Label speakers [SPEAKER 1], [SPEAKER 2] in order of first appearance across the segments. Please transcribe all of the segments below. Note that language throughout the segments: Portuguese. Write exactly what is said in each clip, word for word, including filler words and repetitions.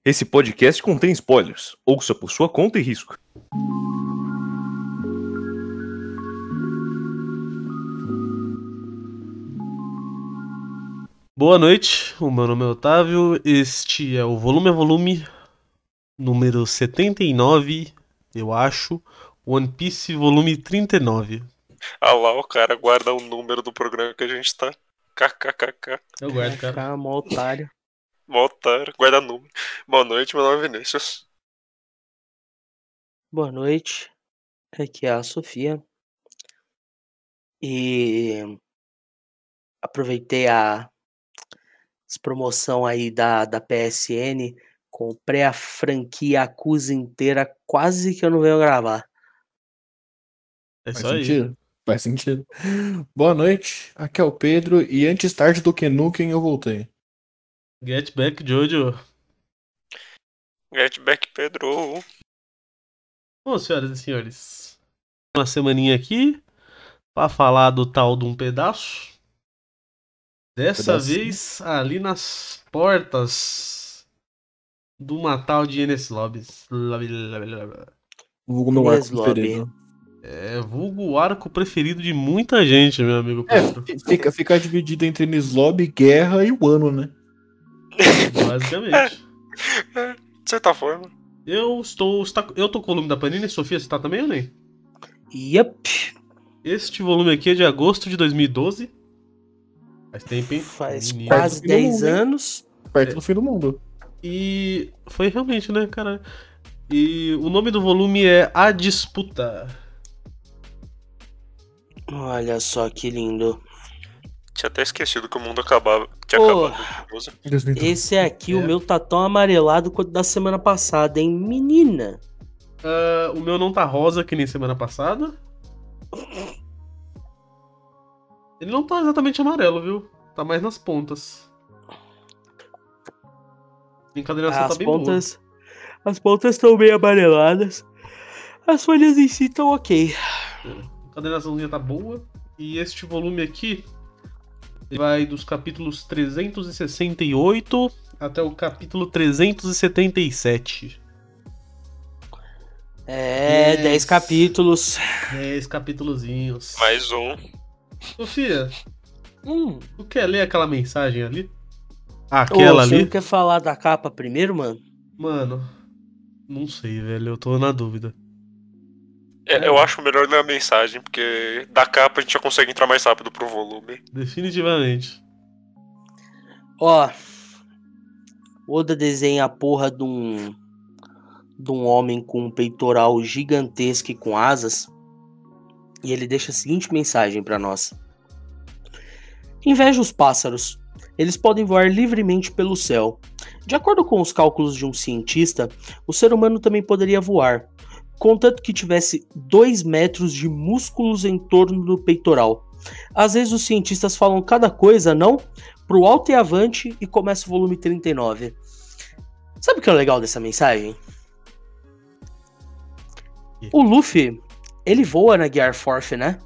[SPEAKER 1] Esse podcast contém spoilers. Ouça por sua conta e risco.
[SPEAKER 2] Boa noite, o meu nome é Otávio, este é o Volume a Volume número setenta e nove, eu acho, One Piece volume trinta e nove.
[SPEAKER 3] Ah lá, o cara guarda o número do programa que a gente tá. KKKK.
[SPEAKER 2] Eu guardo, cara.
[SPEAKER 4] Ah, mó otário.
[SPEAKER 3] Mó otário, guarda número. Boa noite, meu nome é Vinícius.
[SPEAKER 4] Boa noite. Aqui é a Sofia. E aproveitei a as promoção aí da, da P S N. Comprei a franquia Yakuza inteira, quase que eu não venho gravar.
[SPEAKER 2] É
[SPEAKER 5] Faz
[SPEAKER 2] só aí.
[SPEAKER 5] sentido? Faz sentido. Boa noite, aqui é o Pedro e antes tarde do que nunca eu voltei.
[SPEAKER 2] Get back, Jojo.
[SPEAKER 3] Get back, Pedro.
[SPEAKER 2] Bom, senhoras e senhores, uma semaninha aqui pra falar do tal de um pedaço. Dessa
[SPEAKER 5] Pedacinho.
[SPEAKER 2] vez ali nas portas do uma tal de Enies Lobbies.
[SPEAKER 5] Vulgo meu arco
[SPEAKER 4] Ines Lobby.
[SPEAKER 5] preferido.
[SPEAKER 2] É vulgo o arco preferido de muita gente, meu amigo
[SPEAKER 5] É,
[SPEAKER 2] Pedro.
[SPEAKER 5] fi- fica, fica dividido entre Nislob, Guerra e Wano, né?
[SPEAKER 2] Basicamente.
[SPEAKER 3] De certa forma.
[SPEAKER 2] Eu estou. Está, eu tô com o volume da Panini. Sofia, você tá também ou nem?
[SPEAKER 4] Yep.
[SPEAKER 2] Este volume aqui é de agosto de dois mil e doze. Faz tempo, hein?
[SPEAKER 4] Faz
[SPEAKER 2] Menino.
[SPEAKER 4] quase
[SPEAKER 5] Perto do fim do
[SPEAKER 4] dez
[SPEAKER 5] mundo, hein?
[SPEAKER 4] anos.
[SPEAKER 5] Perto
[SPEAKER 2] É.
[SPEAKER 5] do fim do mundo.
[SPEAKER 2] E foi realmente, né, cara? E o nome do volume é A Disputa.
[SPEAKER 4] Olha só que lindo.
[SPEAKER 3] Tinha até esquecido que o mundo acabava. Tinha
[SPEAKER 4] Pô,
[SPEAKER 3] acabado. doze.
[SPEAKER 4] Esse aqui,
[SPEAKER 2] É.
[SPEAKER 4] o meu tá tão amarelado quanto da semana passada, hein? Menina.
[SPEAKER 2] Ah, o meu não tá rosa que nem semana passada. Ele não tá exatamente amarelo, viu? Tá mais nas pontas. A encadernação
[SPEAKER 4] As
[SPEAKER 2] tá bem
[SPEAKER 4] pontas. As pontas estão meio amareladas. As folhas em si estão ok.
[SPEAKER 2] boa. A encadernaçãozinha tá boa. E este volume aqui ele vai dos capítulos trezentos e sessenta e oito até o capítulo trezentos e setenta e sete.
[SPEAKER 4] É,
[SPEAKER 2] Yes.
[SPEAKER 4] dez capítulos.
[SPEAKER 2] dez capítulozinhos.
[SPEAKER 3] Mais um.
[SPEAKER 2] Sofia,
[SPEAKER 4] Hum.
[SPEAKER 2] tu quer ler aquela mensagem ali? Ah,
[SPEAKER 4] Ô,
[SPEAKER 2] aquela
[SPEAKER 4] você
[SPEAKER 2] ali?
[SPEAKER 4] não quer falar da capa primeiro, mano?
[SPEAKER 2] Mano, não sei, velho. Eu tô na dúvida.
[SPEAKER 3] É, eu acho melhor ler a mensagem, porque da capa a gente já consegue entrar mais rápido pro volume.
[SPEAKER 2] Definitivamente.
[SPEAKER 4] Ó. Oda desenha a porra de um. De um homem com um peitoral gigantesco e com asas. E ele deixa a seguinte mensagem pra nós: Inveja os pássaros. Eles podem voar livremente pelo céu. De acordo com os cálculos de um cientista, o ser humano também poderia voar, contanto que tivesse dois metros de músculos em torno do peitoral. Às vezes os cientistas falam cada coisa, não? Pro alto e avante, e começa o volume trinta e nove. Sabe o que é legal dessa mensagem? O Luffy, ele voa na Gear Force, né?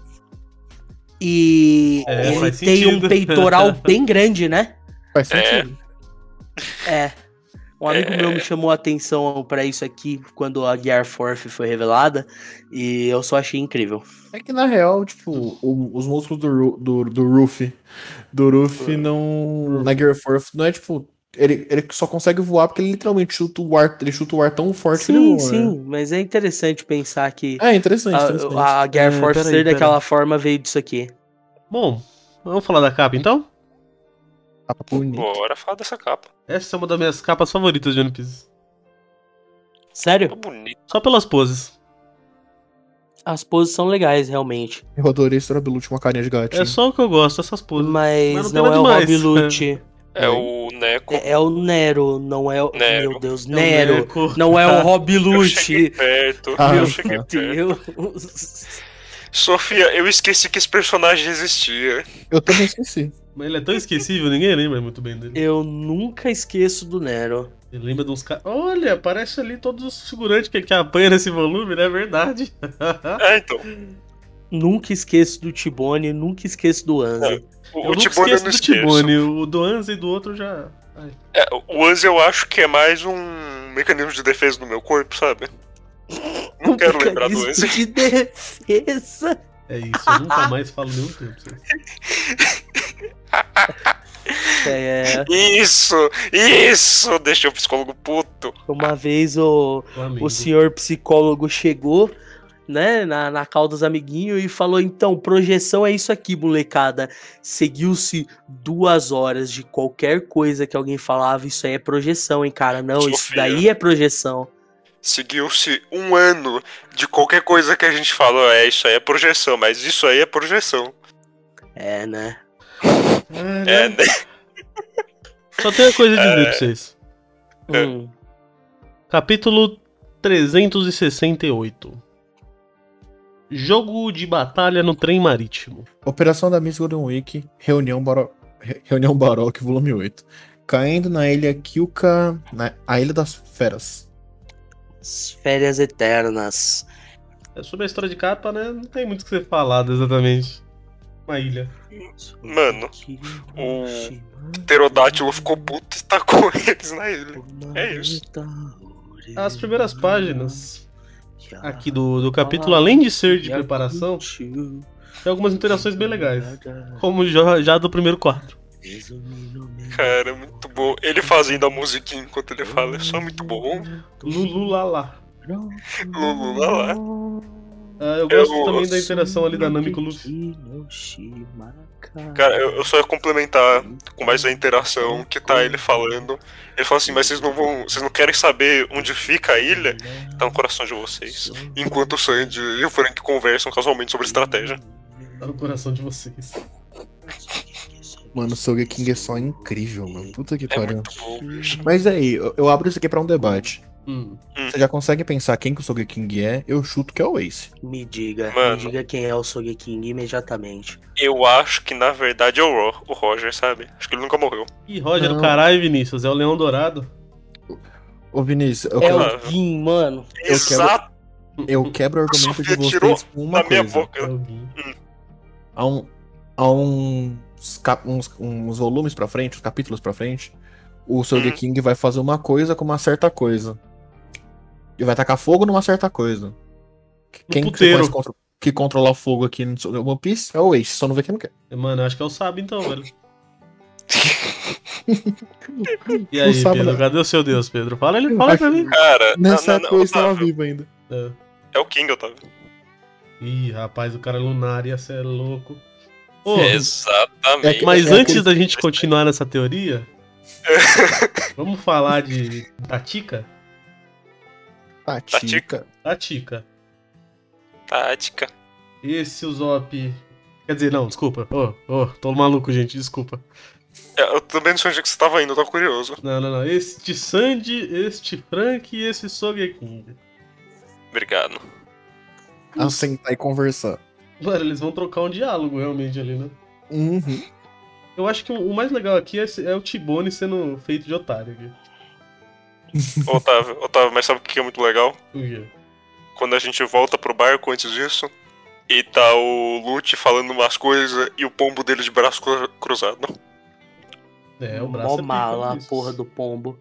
[SPEAKER 4] E
[SPEAKER 2] É,
[SPEAKER 4] ele
[SPEAKER 2] faz
[SPEAKER 4] tem
[SPEAKER 2] sentido.
[SPEAKER 4] um peitoral bem grande, né?
[SPEAKER 5] Faz
[SPEAKER 3] É.
[SPEAKER 5] sentido.
[SPEAKER 4] É. Um amigo
[SPEAKER 3] É.
[SPEAKER 4] meu me chamou a atenção pra isso aqui quando a Gear Force foi revelada. E eu só achei incrível.
[SPEAKER 5] É que na real, tipo, o- os músculos do, Ru- do, do Ruffy, do Ruffy não. Na Gear Force não é tipo. Ele, ele só consegue voar porque ele literalmente chuta o ar. Ele chuta o ar tão forte que ele
[SPEAKER 4] Sim,
[SPEAKER 5] voa.
[SPEAKER 4] sim,
[SPEAKER 5] Né?
[SPEAKER 4] mas é interessante pensar que
[SPEAKER 5] É interessante, interessante.
[SPEAKER 4] a, a Gear
[SPEAKER 2] É,
[SPEAKER 4] Force
[SPEAKER 2] peraí,
[SPEAKER 4] ser
[SPEAKER 2] peraí.
[SPEAKER 4] daquela forma veio disso aqui.
[SPEAKER 2] Bom, vamos falar da capa então?
[SPEAKER 5] Capa bonita.
[SPEAKER 3] Bora falar dessa capa.
[SPEAKER 2] Essa é uma das minhas capas favoritas de One Piece.
[SPEAKER 4] Sério?
[SPEAKER 3] Tá bonito.
[SPEAKER 2] Só pelas poses.
[SPEAKER 4] As poses são legais, realmente.
[SPEAKER 5] Eu adorei esse Belucci com uma carinha de gatinho.
[SPEAKER 2] É só o que eu gosto, essas poses.
[SPEAKER 4] Mas,
[SPEAKER 2] Mas
[SPEAKER 4] não,
[SPEAKER 2] não tem
[SPEAKER 4] é o
[SPEAKER 2] nada
[SPEAKER 4] Rob
[SPEAKER 2] demais.
[SPEAKER 4] Lute.
[SPEAKER 3] É
[SPEAKER 5] Oi?
[SPEAKER 3] o Neco.
[SPEAKER 4] É, é o Nero, não é o.
[SPEAKER 3] Nero.
[SPEAKER 4] Meu Deus,
[SPEAKER 2] É o
[SPEAKER 4] Nero.
[SPEAKER 2] Neco.
[SPEAKER 4] Não é o Rob
[SPEAKER 3] Eu cheguei
[SPEAKER 4] Lute.
[SPEAKER 3] perto.
[SPEAKER 5] Ah,
[SPEAKER 3] eu
[SPEAKER 5] tá.
[SPEAKER 3] cheguei
[SPEAKER 4] Meu
[SPEAKER 3] perto.
[SPEAKER 4] Deus.
[SPEAKER 3] Sofia, eu esqueci que esse personagem existia.
[SPEAKER 5] Eu também esqueci.
[SPEAKER 2] Mas ele é tão esquecível, ninguém lembra muito bem dele.
[SPEAKER 4] Eu nunca esqueço do Nero.
[SPEAKER 2] Ele lembra de uns caras. Olha, parece ali todos os figurantes que, que apanham nesse volume, não é verdade?
[SPEAKER 3] É, então.
[SPEAKER 4] Nunca esqueço do Tibone, nunca esqueço do Anze.
[SPEAKER 3] O,
[SPEAKER 2] Eu
[SPEAKER 3] o
[SPEAKER 2] nunca
[SPEAKER 3] Tibone eu
[SPEAKER 2] esqueço
[SPEAKER 3] não
[SPEAKER 2] do
[SPEAKER 3] esqueço.
[SPEAKER 2] Tibone, o do Anza e do outro já. Vai.
[SPEAKER 3] É, o Anzi eu acho que é mais um mecanismo de defesa do meu corpo, sabe? Não quero lembrar do Anzi.
[SPEAKER 4] De defesa.
[SPEAKER 2] É isso, eu nunca mais falo nenhum tempo.
[SPEAKER 4] É,
[SPEAKER 3] Isso! Isso! Deixa o psicólogo puto.
[SPEAKER 4] uma vez o,
[SPEAKER 2] Flamengo.
[SPEAKER 4] o senhor psicólogo chegou, né, na, na cal dos amiguinhos e falou, então, projeção é isso aqui, molecada. Seguiu-se duas horas de qualquer coisa que alguém falava, isso aí é projeção, hein, cara? Não, isso
[SPEAKER 3] Sofia.
[SPEAKER 4] daí é projeção.
[SPEAKER 3] Seguiu-se um ano de qualquer coisa que a gente falou. É, isso aí é projeção, mas isso aí é projeção.
[SPEAKER 4] É, né?
[SPEAKER 3] É, né?
[SPEAKER 2] Só tem uma coisa a dizer pra vocês.
[SPEAKER 3] É.
[SPEAKER 4] Hum,
[SPEAKER 2] Capítulo trezentos e sessenta e oito. Jogo de batalha no trem marítimo.
[SPEAKER 5] Operação da Miss Golden Week, Reunião, Baro... Re- Reunião Baroque, volume oito. Caindo na ilha Kyuka, na... a Ilha das Feras.
[SPEAKER 4] as férias eternas.
[SPEAKER 2] É, sobre a história de capa, né? Não tem muito o que ser falado exatamente. Uma ilha.
[SPEAKER 3] Mano, o pterodátilo ficou puto e tacou eles na ilha. É isso.
[SPEAKER 2] As primeiras páginas aqui do, do capítulo, além de ser de preparação, tem algumas interações bem legais. Como já, já do primeiro quadro.
[SPEAKER 3] Cara, muito bom. Ele fazendo a musiquinha enquanto ele fala é só muito bom.
[SPEAKER 2] Lulu Lala.
[SPEAKER 3] Lulu, lá lá.
[SPEAKER 2] Ah, eu gosto
[SPEAKER 3] Eu-
[SPEAKER 2] também da interação ali da Nami com o Luffy.
[SPEAKER 3] Cara, eu, eu só ia complementar com mais a interação que tá ele falando. Ele fala assim, mas vocês não vão. Vocês não querem saber onde fica a ilha? Tá no coração de vocês. Enquanto o Sandy e o Frank conversam casualmente sobre estratégia.
[SPEAKER 2] Tá no coração de vocês.
[SPEAKER 5] Mano, o Sogeking é só incrível, mano. Puta que
[SPEAKER 3] É
[SPEAKER 5] pariu.
[SPEAKER 3] muito bom, bicho.
[SPEAKER 5] Mas aí, eu, eu abro isso aqui pra um debate.
[SPEAKER 2] Hum.
[SPEAKER 5] Você já consegue pensar quem que o Sogeking é? Eu chuto que é o Ace.
[SPEAKER 4] Me diga,
[SPEAKER 3] Mano.
[SPEAKER 4] me diga quem é o Sogeking imediatamente.
[SPEAKER 3] Eu acho que na verdade é o, Ro, o Roger, sabe? Acho que ele nunca morreu.
[SPEAKER 2] Ih, Roger,
[SPEAKER 5] Não.
[SPEAKER 2] do caralho, Vinícius. É o Leão Dourado.
[SPEAKER 5] Ô, Vinícius, eu,
[SPEAKER 4] É
[SPEAKER 5] quero-
[SPEAKER 4] o Gin, mano.
[SPEAKER 5] Eu
[SPEAKER 3] Exato
[SPEAKER 5] eu quebro o argumento de
[SPEAKER 3] Sofia tirou
[SPEAKER 5] vocês com uma
[SPEAKER 3] na minha
[SPEAKER 5] coisa.
[SPEAKER 3] boca.
[SPEAKER 2] Alguém.
[SPEAKER 5] Há, um, há uns, cap- uns, uns volumes pra frente, uns capítulos pra frente, o Sogeking vai fazer uma coisa com uma certa coisa. E vai tacar fogo numa certa coisa. Quem que você
[SPEAKER 2] puteiro.
[SPEAKER 5] conhece contro- que controla fogo aqui no One Piece é o Ace, só não vê quem não quer.
[SPEAKER 2] Mano, eu acho que é o Sabe então, velho. E
[SPEAKER 5] O
[SPEAKER 2] aí,
[SPEAKER 5] Sabo
[SPEAKER 2] Pedro?
[SPEAKER 5] não-
[SPEAKER 2] Cadê o seu Deus, Pedro? Fala ele, fala pra mim.
[SPEAKER 3] Cara,
[SPEAKER 5] Nessa
[SPEAKER 3] não,
[SPEAKER 5] época
[SPEAKER 3] não,
[SPEAKER 5] eu estava
[SPEAKER 3] Otávio,
[SPEAKER 5] vivo ainda.
[SPEAKER 2] É.
[SPEAKER 3] é o King, Otávio.
[SPEAKER 2] Ih, rapaz, o cara é lunar, ia ser louco. Ô,
[SPEAKER 3] Exatamente.
[SPEAKER 2] mas
[SPEAKER 5] É
[SPEAKER 2] antes
[SPEAKER 5] aquele-
[SPEAKER 2] da gente continuar nessa teoria, vamos falar de Tatica?
[SPEAKER 5] Tatica.
[SPEAKER 2] Tatica.
[SPEAKER 3] Tática.
[SPEAKER 2] Esse o Zop. Quer dizer, não, desculpa. Ô, ô, tô maluco, gente, desculpa.
[SPEAKER 3] É, eu também não sei onde é que você tava indo, eu tô curioso.
[SPEAKER 2] Não, não, não. Este Sandy, este Frank e esse Sogeking.
[SPEAKER 3] Obrigado.
[SPEAKER 5] A sentar e conversar.
[SPEAKER 2] Mano, eles vão trocar um diálogo realmente ali, né?
[SPEAKER 5] Uhum.
[SPEAKER 2] Eu acho que o mais legal aqui é, esse- é o Tibone sendo feito de otário aqui.
[SPEAKER 3] Ô, Otávio, Otávio, mas sabe o que é muito legal?
[SPEAKER 2] O quê?
[SPEAKER 3] Quando a gente volta pro barco antes disso, e tá o Lute falando umas coisas e o pombo dele de braço cru- cruzado.
[SPEAKER 2] É, o braço
[SPEAKER 4] Mó
[SPEAKER 2] é pica
[SPEAKER 4] mala, a
[SPEAKER 2] disso.
[SPEAKER 4] porra do pombo.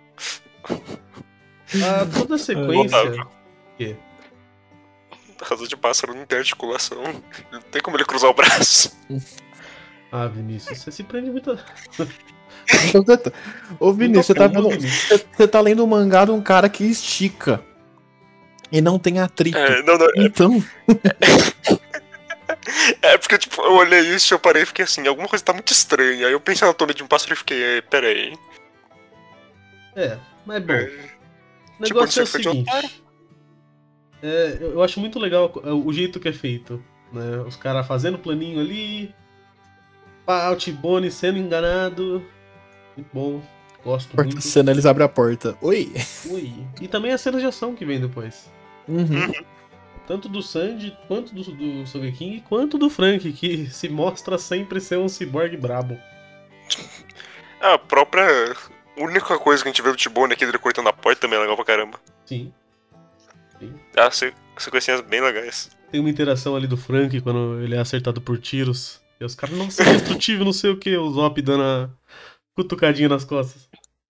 [SPEAKER 2] Ah, toda a sequência.
[SPEAKER 3] Otávio.
[SPEAKER 2] O quê?
[SPEAKER 3] Asa de pássaro não tem articulação. Não tem como ele cruzar o braço.
[SPEAKER 2] Ah, Vinícius, você se prende muito.
[SPEAKER 5] Então, você tá- Ô, Vinícius, você tá,
[SPEAKER 2] Muito
[SPEAKER 5] vendo-
[SPEAKER 2] bom, Vinícius.
[SPEAKER 5] você- você tá lendo um mangá de um cara que estica. E não tem atrito.
[SPEAKER 3] É, não, não,
[SPEAKER 5] Então,
[SPEAKER 3] é porque, tipo, eu olhei isso e eu parei e fiquei assim, alguma coisa tá muito estranha. Aí eu pensei na anatomia de um pássaro e fiquei, "É, pera aí.
[SPEAKER 2] É, mas bom.
[SPEAKER 3] É,
[SPEAKER 2] O negócio é o
[SPEAKER 3] você foi de
[SPEAKER 2] seguinte. É, eu eu acho muito legal o jeito que é feito. Né? Os caras fazendo planinho ali. Pá, o Tibone sendo enganado. Muito bom. Gosto
[SPEAKER 5] porta
[SPEAKER 2] muito.
[SPEAKER 5] cena, eles abrem a porta. Oi.
[SPEAKER 2] Ui. E também as cenas de ação que vem depois.
[SPEAKER 5] Uhum.
[SPEAKER 2] Tanto do Sanji, quanto do, do Sogeking, quanto do Frank, que se mostra sempre ser um ciborgue brabo.
[SPEAKER 3] A própria. única coisa que a gente vê do Tibone aqui dele cortando a porta também é legal pra caramba.
[SPEAKER 2] Sim.
[SPEAKER 3] Ah, se- sequências bem legais.
[SPEAKER 2] Tem uma interação ali do Frank quando ele é acertado por tiros. E os caras, não, você é destrutivo, não sei o que. O Zop dando a Cutucadinha nas costas.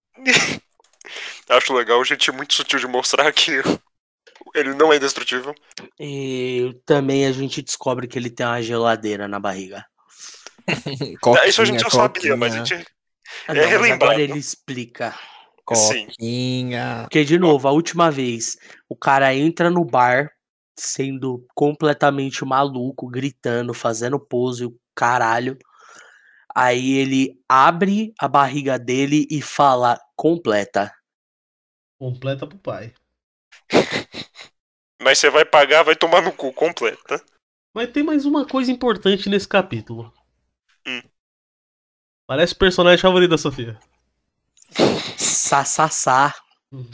[SPEAKER 3] Acho legal, gente muito sutil de mostrar que ele não é indestrutível.
[SPEAKER 4] E também a gente descobre que ele tem uma geladeira na barriga.
[SPEAKER 5] Coquinha,
[SPEAKER 3] Isso a gente já sabia, mas a
[SPEAKER 5] coquinha,
[SPEAKER 3] gente
[SPEAKER 4] Ah,
[SPEAKER 3] é
[SPEAKER 4] não, mas
[SPEAKER 3] relembrado.
[SPEAKER 4] agora ele explica.
[SPEAKER 3] Sim.
[SPEAKER 5] Coquinha.
[SPEAKER 4] Porque, de novo, a última vez, o cara entra no bar sendo completamente maluco, gritando, fazendo pose, o caralho. Aí ele abre a barriga dele e fala, completa.
[SPEAKER 2] Completa pro pai.
[SPEAKER 3] Mas você vai pagar, vai tomar no cu completa.
[SPEAKER 2] Mas tem mais uma coisa importante nesse capítulo.
[SPEAKER 3] Hum.
[SPEAKER 2] Parece o personagem favorito da Sofia.
[SPEAKER 4] Sassá.
[SPEAKER 2] Uhum.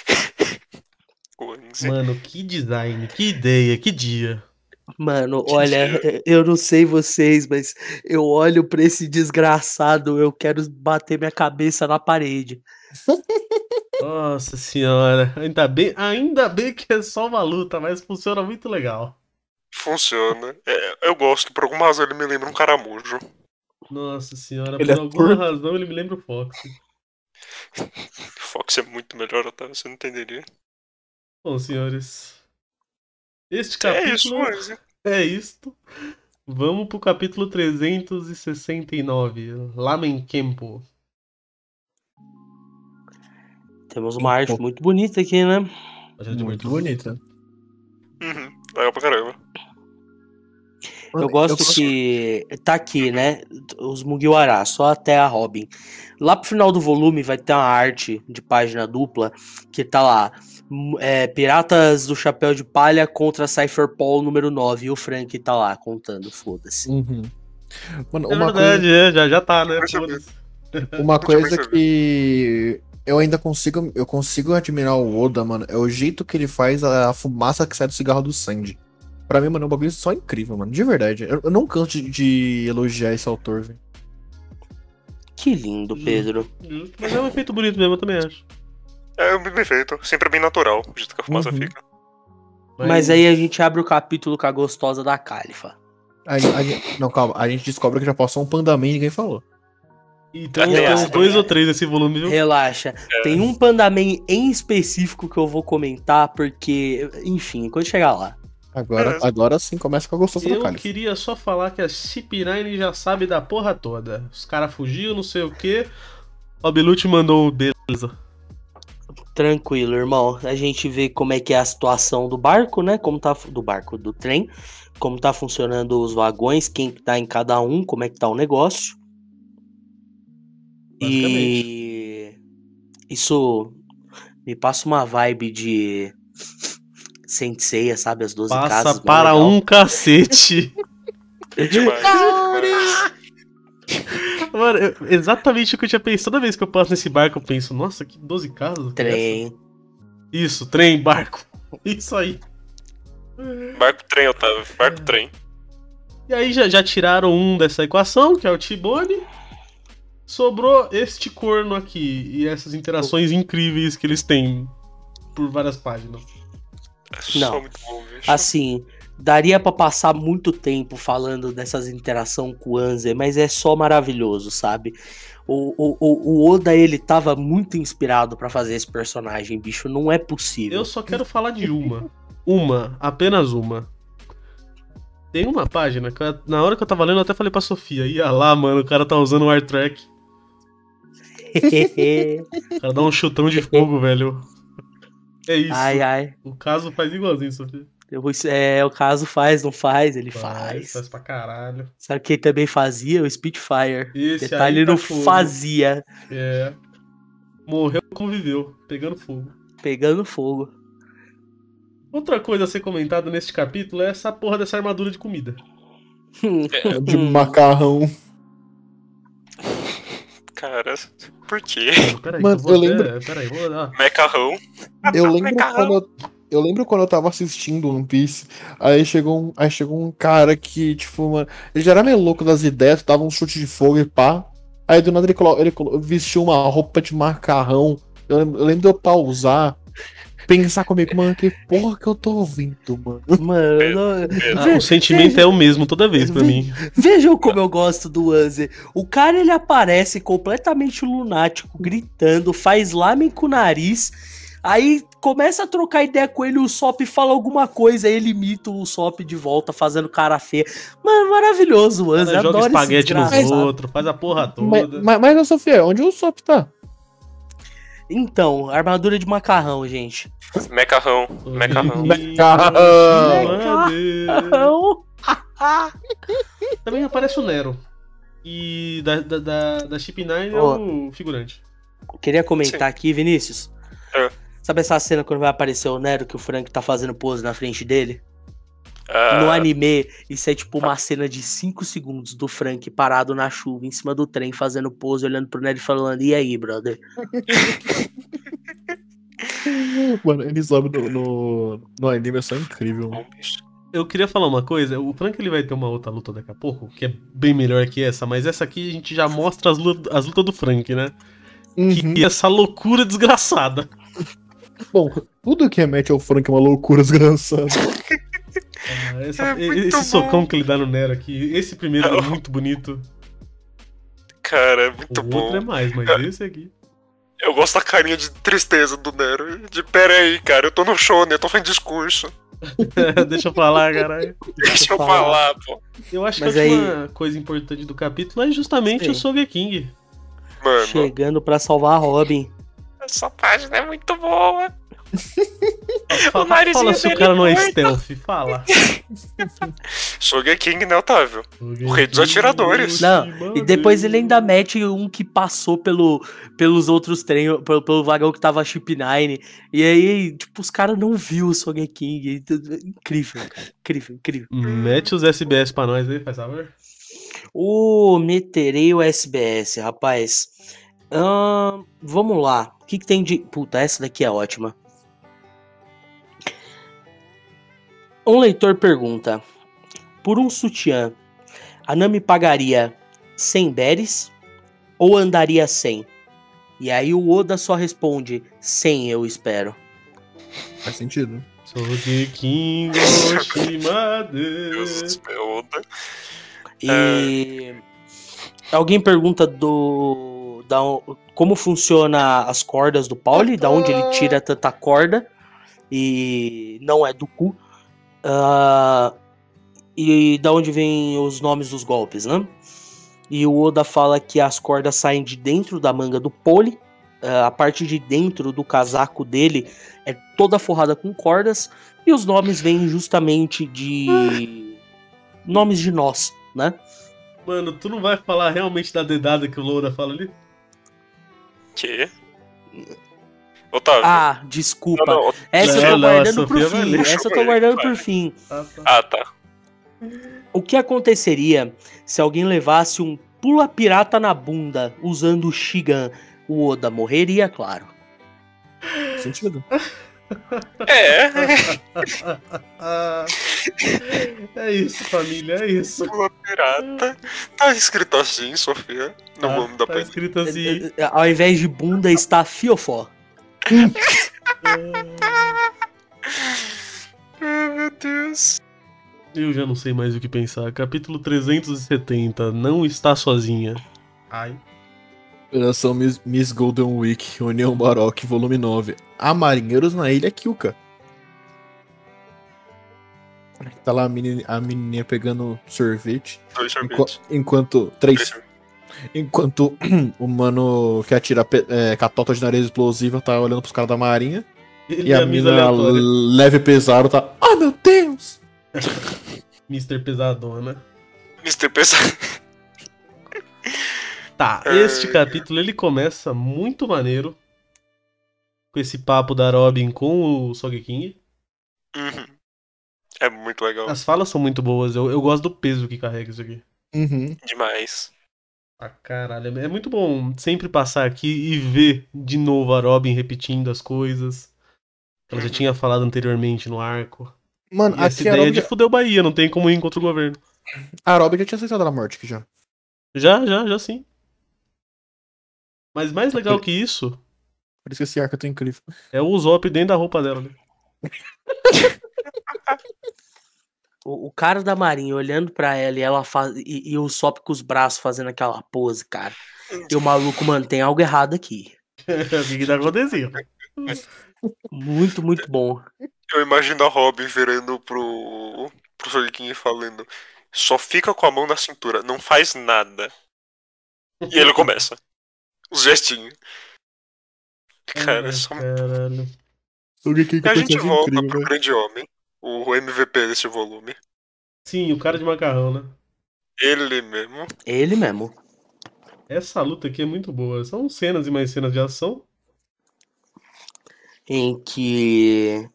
[SPEAKER 3] Coisa.
[SPEAKER 2] Mano, que design, que ideia, que dia.
[SPEAKER 4] Mano,
[SPEAKER 3] Que
[SPEAKER 4] olha,
[SPEAKER 3] dia.
[SPEAKER 4] eu não sei vocês, mas eu olho pra esse desgraçado, eu quero bater minha cabeça na parede.
[SPEAKER 2] Nossa senhora. Ainda bem, ainda bem que é só uma luta, mas funciona muito legal.
[SPEAKER 3] Funciona. É, eu gosto, por alguma razão ele me lembra um caramujo.
[SPEAKER 2] Nossa senhora,
[SPEAKER 5] Ele
[SPEAKER 2] por
[SPEAKER 5] é
[SPEAKER 2] alguma
[SPEAKER 5] torto.
[SPEAKER 2] razão ele me lembra o Fox.
[SPEAKER 3] Fox é muito melhor, tá? Você não entenderia.
[SPEAKER 2] Bom, senhores. Este
[SPEAKER 3] É isso,
[SPEAKER 2] capítulo
[SPEAKER 3] mas...
[SPEAKER 2] é isto. Vamos pro capítulo trezentos e sessenta e nove. Lamenkempo.
[SPEAKER 4] Temos uma arte muito bonita aqui, né?
[SPEAKER 5] Muito bonita.
[SPEAKER 3] Uhum, legal pra caramba.
[SPEAKER 4] Eu gosto que tá aqui, né? Os Mugiwara, só até a Robin. Lá pro final do volume vai ter uma arte de página dupla que tá lá. É, Piratas do Chapéu de Palha contra Cypher Paul número nove. E o Frank tá lá contando, foda-se.
[SPEAKER 5] Uhum. Mano,
[SPEAKER 2] É
[SPEAKER 5] uma
[SPEAKER 2] verdade,
[SPEAKER 5] coisa,
[SPEAKER 2] é, já, já tá, né?
[SPEAKER 3] Percebi.
[SPEAKER 2] Foda-se.
[SPEAKER 5] uma
[SPEAKER 3] tinha
[SPEAKER 5] coisa
[SPEAKER 3] percebido.
[SPEAKER 5] que eu ainda consigo, eu consigo admirar o Oda, mano, é o jeito que ele faz a, a fumaça que sai do cigarro do Sandy. Pra mim, mano, é um bagulho só incrível, mano, de verdade. Eu, eu não canso de, de elogiar esse autor, velho.
[SPEAKER 4] Que lindo, Pedro.
[SPEAKER 2] Justo. Mas é um efeito bonito mesmo, eu também acho.
[SPEAKER 3] É bem feito, sempre bem natural, o jeito que a fumaça
[SPEAKER 5] Uhum.
[SPEAKER 3] fica.
[SPEAKER 4] Mas aí a gente abre o capítulo com a gostosa da Califa.
[SPEAKER 5] A, a- não, calma, a gente descobre que já passou um Pandaman e ninguém falou.
[SPEAKER 2] Então
[SPEAKER 3] Até
[SPEAKER 2] tem
[SPEAKER 3] essa
[SPEAKER 2] uns dois
[SPEAKER 4] também.
[SPEAKER 2] ou três nesse volume, viu?
[SPEAKER 4] Relaxa. Tem um Pandaman em específico que eu vou comentar, porque, enfim, quando chegar lá.
[SPEAKER 5] Agora,
[SPEAKER 3] Beleza.
[SPEAKER 5] agora sim começa com a gostosa do
[SPEAKER 2] Eu
[SPEAKER 5] Cálice.
[SPEAKER 2] queria só falar que a Chip nove já sabe da porra toda. Os caras fugiu, não sei o que. O Belucci mandou o beleza.
[SPEAKER 4] Tranquilo, irmão. A gente vê como é que é a situação do barco, né? Como tá do barco, do trem, como tá funcionando os vagões, quem tá em cada um, como é que tá o negócio. E isso me passa uma vibe de Saint Seiya, sabe? As doze
[SPEAKER 2] Passa
[SPEAKER 4] casas. mó
[SPEAKER 2] para
[SPEAKER 4] legal.
[SPEAKER 2] um cacete.
[SPEAKER 3] É demais. demais.
[SPEAKER 2] Mano, eu- exatamente o que eu tinha pensado. Toda vez que eu passo nesse barco, eu penso, nossa, que doze casas. que é essa?
[SPEAKER 4] Trem.
[SPEAKER 2] Isso, trem, barco. Isso aí.
[SPEAKER 3] Barco trem, Otávio. Barco trem.
[SPEAKER 2] E aí já, já tiraram um dessa equação, que é o T-Bone. Sobrou este corno aqui e essas interações incríveis que eles têm por várias páginas.
[SPEAKER 3] É só
[SPEAKER 4] Não.
[SPEAKER 3] muito bom, bicho.
[SPEAKER 4] Assim, daria pra passar muito tempo falando dessas interações com o Anze, mas é só maravilhoso, sabe? O, o, o- o Oda, ele tava muito inspirado pra fazer esse personagem, bicho, não é possível.
[SPEAKER 2] Eu só quero falar de uma. Uma, apenas uma. Tem uma página que eu- na hora que eu tava lendo eu até falei pra Sofia, ia lá, mano, o cara tá usando o Air Track. O cara dá um chutão de fogo, velho. É isso.
[SPEAKER 4] Ai, ai.
[SPEAKER 2] O caso faz igualzinho, Sofia.
[SPEAKER 4] Eu vou- é, o caso faz, não faz, ele
[SPEAKER 2] Faz,
[SPEAKER 4] faz.
[SPEAKER 2] faz pra caralho.
[SPEAKER 4] Sabe quem também fazia? O Spitfire.
[SPEAKER 2] Esse
[SPEAKER 4] Detalhe,
[SPEAKER 2] aí tá
[SPEAKER 4] não
[SPEAKER 2] fogo.
[SPEAKER 4] fazia.
[SPEAKER 2] É. Morreu, conviveu, pegando fogo.
[SPEAKER 4] Pegando fogo.
[SPEAKER 2] Outra coisa a ser comentada neste capítulo é essa porra dessa armadura de comida.
[SPEAKER 5] De macarrão.
[SPEAKER 3] Cara, por quê?
[SPEAKER 2] Peraí,
[SPEAKER 5] Mano,
[SPEAKER 2] que eu vou
[SPEAKER 5] eu
[SPEAKER 2] até- Peraí, vou dar.
[SPEAKER 3] Mecarrão.
[SPEAKER 5] Eu lembro
[SPEAKER 3] Macarrão.
[SPEAKER 5] quando eu, eu lembro quando eu tava assistindo One Piece, aí chegou um, aí chegou um cara que, tipo, mano, ele já era meio louco das ideias, dava um chute de fogo e pá. Aí do nada ele, colo, ele colo- vestiu uma roupa de macarrão. Eu lembro, eu lembro de eu pausar pensar comigo, mano, que porra que eu tô ouvindo, mano.
[SPEAKER 4] Mano, eu não-
[SPEAKER 2] Ah, o sentimento é o mesmo toda vez pra
[SPEAKER 4] Ve-
[SPEAKER 2] mim.
[SPEAKER 4] Vejam como eu gosto do Anzer. O cara, ele aparece completamente lunático, gritando, faz lamen com o nariz, aí começa a trocar ideia com ele, o Sop fala alguma coisa, aí ele imita o Sop de volta, fazendo cara feia. Mano, maravilhoso o
[SPEAKER 2] O
[SPEAKER 4] Anzer,
[SPEAKER 2] cara joga
[SPEAKER 4] adoro esse
[SPEAKER 2] espaguete nos
[SPEAKER 4] desgraçado.
[SPEAKER 2] outros, faz a porra
[SPEAKER 5] Mas,
[SPEAKER 2] toda.
[SPEAKER 5] mas, mas, ô, Sofia, onde o Sop tá?
[SPEAKER 4] Então, armadura de macarrão, gente.
[SPEAKER 3] Mecarrão, mecarrão.
[SPEAKER 5] Mecarrão.
[SPEAKER 4] Não.
[SPEAKER 2] Também aparece o Nero. E da, da, da, da Chip nove é
[SPEAKER 4] Ó.
[SPEAKER 2] o figurante.
[SPEAKER 4] Queria comentar
[SPEAKER 3] Sim.
[SPEAKER 4] aqui, Vinícius.
[SPEAKER 3] É.
[SPEAKER 4] Sabe essa cena quando vai aparecer o Nero que o Frank tá fazendo pose na frente dele?
[SPEAKER 3] Ah,
[SPEAKER 4] No anime, isso é tipo uma cena de cinco segundos do Frank parado na chuva, em cima do trem, fazendo pose, olhando pro Nero e falando, e aí, brother?
[SPEAKER 5] Mano, ele sobe no, no, no anime, é só incrível.
[SPEAKER 3] bom, bicho.
[SPEAKER 2] Eu queria falar uma coisa, o Frank ele vai ter uma outra luta daqui a pouco, que é bem melhor que essa, mas essa aqui a gente já mostra as lutas, as lutas do Frank, né?
[SPEAKER 5] Uhum.
[SPEAKER 2] Que é essa loucura desgraçada.
[SPEAKER 5] Bom, tudo que remete ao Frank é uma loucura desgraçada.
[SPEAKER 2] Ah, essa-
[SPEAKER 3] É muito
[SPEAKER 2] esse
[SPEAKER 3] bom.
[SPEAKER 2] socão que ele dá no Nero aqui, esse primeiro é muito bonito.
[SPEAKER 3] Cara, é muito
[SPEAKER 2] O
[SPEAKER 3] bom.
[SPEAKER 2] outro é mais, mas esse aqui.
[SPEAKER 3] Eu gosto da carinha de tristeza do Nero. De pera aí, cara, eu tô no show, né? Eu tô fazendo discurso.
[SPEAKER 2] Deixa eu falar, caralho.
[SPEAKER 3] Deixa eu
[SPEAKER 4] falar.
[SPEAKER 3] falar, pô.
[SPEAKER 2] Eu acho
[SPEAKER 4] Mas
[SPEAKER 2] que a
[SPEAKER 4] aí-
[SPEAKER 2] última coisa importante do capítulo é justamente
[SPEAKER 4] Sim.
[SPEAKER 2] o Sogeking.
[SPEAKER 3] Mano,
[SPEAKER 4] Chegando pra salvar a Robin.
[SPEAKER 3] essa página é muito boa.
[SPEAKER 2] Fala,
[SPEAKER 3] narizinho
[SPEAKER 2] fala se o
[SPEAKER 3] dele
[SPEAKER 2] cara não é
[SPEAKER 3] doido.
[SPEAKER 2] stealth, fala.
[SPEAKER 3] Sogeking, né, Otávio? O rei dos atiradores.
[SPEAKER 4] Não, e depois ele ainda mete um que passou pelo, pelos outros trem, pelo, pelo vagão que tava Chip nove. E aí, tipo, os caras não viu o Sogeking. e tudo- Incrível, cara. Incrível, incrível.
[SPEAKER 2] Mete os S B S pra nós aí, faz favor.
[SPEAKER 4] Ô, meterei o S B S, rapaz. Ahn, vamos lá. O que, que tem de. Puta, essa daqui é ótima. Um leitor pergunta: por um sutiã, a Nami pagaria cem berries ou andaria cem? E aí o Oda só responde: cem, eu espero.
[SPEAKER 5] Faz sentido.
[SPEAKER 2] Sogeking
[SPEAKER 3] Deus,
[SPEAKER 2] Oshimade.
[SPEAKER 3] meu Oda.
[SPEAKER 4] E alguém pergunta do da, como funciona as cordas do Pauli, da onde ele tira tanta corda e não é do cu. Ah, e da onde vem os nomes dos golpes, né? E o Oda fala que as cordas saem de dentro da manga do Pauli. Ah, a parte de dentro do casaco dele é toda forrada com cordas. E os nomes vêm justamente de nomes de nós, né?
[SPEAKER 2] Mano, tu não vai falar realmente da dedada que o Loura fala ali?
[SPEAKER 3] Que? Otávio.
[SPEAKER 4] Ah, desculpa.
[SPEAKER 3] Não, não.
[SPEAKER 4] Essa eu
[SPEAKER 2] Não,
[SPEAKER 4] tô
[SPEAKER 2] não, a
[SPEAKER 4] guardando pro
[SPEAKER 2] Sofia vai
[SPEAKER 4] fim.
[SPEAKER 2] ler.
[SPEAKER 4] Essa eu tô
[SPEAKER 3] Vai,
[SPEAKER 4] guardando
[SPEAKER 3] vai.
[SPEAKER 4] por fim.
[SPEAKER 2] Ah, tá.
[SPEAKER 3] Ah, tá.
[SPEAKER 4] O que aconteceria se alguém levasse um pula pirata na bunda usando o Shigan? O Oda morreria, claro.
[SPEAKER 5] Faz sentido.
[SPEAKER 3] É,
[SPEAKER 2] Ah, é isso, família, é isso.
[SPEAKER 3] pula pirata. Tá escrito assim, Sofia. Não
[SPEAKER 2] Tá,
[SPEAKER 3] vamos dar
[SPEAKER 2] tá
[SPEAKER 3] pra
[SPEAKER 2] escrito assim.
[SPEAKER 4] Ao invés de bunda está fiofó.
[SPEAKER 3] Ai, meu Deus.
[SPEAKER 2] Eu já não sei mais o que pensar. Capítulo trezentos e setenta. Não está sozinha. Ai.
[SPEAKER 5] Operação Miss, Miss Golden Week, União Baroque, volume nove. Há marinheiros na ilha Kyuka. Tá lá a menininha, a menininha pegando sorvete.
[SPEAKER 3] Dois
[SPEAKER 5] enqu-
[SPEAKER 3] sorvetes.
[SPEAKER 5] enquanto. Três. Enquanto o mano que atira pe- é, catota de nariz explosiva tá olhando pros caras da marinha.
[SPEAKER 2] Ele
[SPEAKER 5] E
[SPEAKER 2] é
[SPEAKER 5] a
[SPEAKER 2] a Miss
[SPEAKER 5] mina
[SPEAKER 2] aleatória.
[SPEAKER 5] leve e pesado tá. Ah, meu Deus!
[SPEAKER 2] mister Pesadona.
[SPEAKER 3] mister Pesado.
[SPEAKER 2] Tá,
[SPEAKER 3] Ai,
[SPEAKER 2] este capítulo ele começa muito maneiro. Com esse papo da Robin com o Sogeking.
[SPEAKER 3] Uhum. É muito legal.
[SPEAKER 2] As falas são muito boas. Eu, eu gosto do peso que carrega isso aqui.
[SPEAKER 5] Uhum.
[SPEAKER 3] Demais.
[SPEAKER 2] Ah, caralho. É muito bom sempre passar aqui e ver de novo a Robin repetindo as coisas. Que ela já
[SPEAKER 3] Uhum.
[SPEAKER 2] tinha falado anteriormente no arco.
[SPEAKER 5] Mano,
[SPEAKER 2] E essa
[SPEAKER 5] aqui a
[SPEAKER 2] ideia
[SPEAKER 5] Robin,
[SPEAKER 2] de fuder o Bahia, não tem como ir contra o governo.
[SPEAKER 5] a Robin já tinha aceitado a morte aqui já.
[SPEAKER 2] Já, já, já sim. Mas mais legal que isso
[SPEAKER 5] Por isso que esse arco é tão incrível.
[SPEAKER 2] É o Usopp dentro da roupa dela, né?
[SPEAKER 4] O, o cara da Marinha olhando pra ela e ela faz, e, e o Usopp com os braços fazendo aquela pose, cara. E o maluco, mano, tem algo errado aqui.
[SPEAKER 2] O que que tá acontecendo?
[SPEAKER 4] Muito, muito bom.
[SPEAKER 3] Eu imagino a Robin virando pro, pro Sorkin e falando: só fica com a mão na cintura, não faz nada. E ele começa. Os gestinhos. Cara,
[SPEAKER 2] Ai,
[SPEAKER 3] só...
[SPEAKER 2] caralho.
[SPEAKER 5] O que que
[SPEAKER 3] E a gente
[SPEAKER 5] personagem
[SPEAKER 3] volta
[SPEAKER 5] incrível,
[SPEAKER 3] pro
[SPEAKER 5] velho.
[SPEAKER 3] grande homem, o M V P desse volume.
[SPEAKER 2] Sim, o cara de macarrão, né?
[SPEAKER 3] Ele mesmo.
[SPEAKER 4] Ele mesmo.
[SPEAKER 2] Essa luta aqui é muito boa. São cenas e mais cenas de ação.
[SPEAKER 4] Em que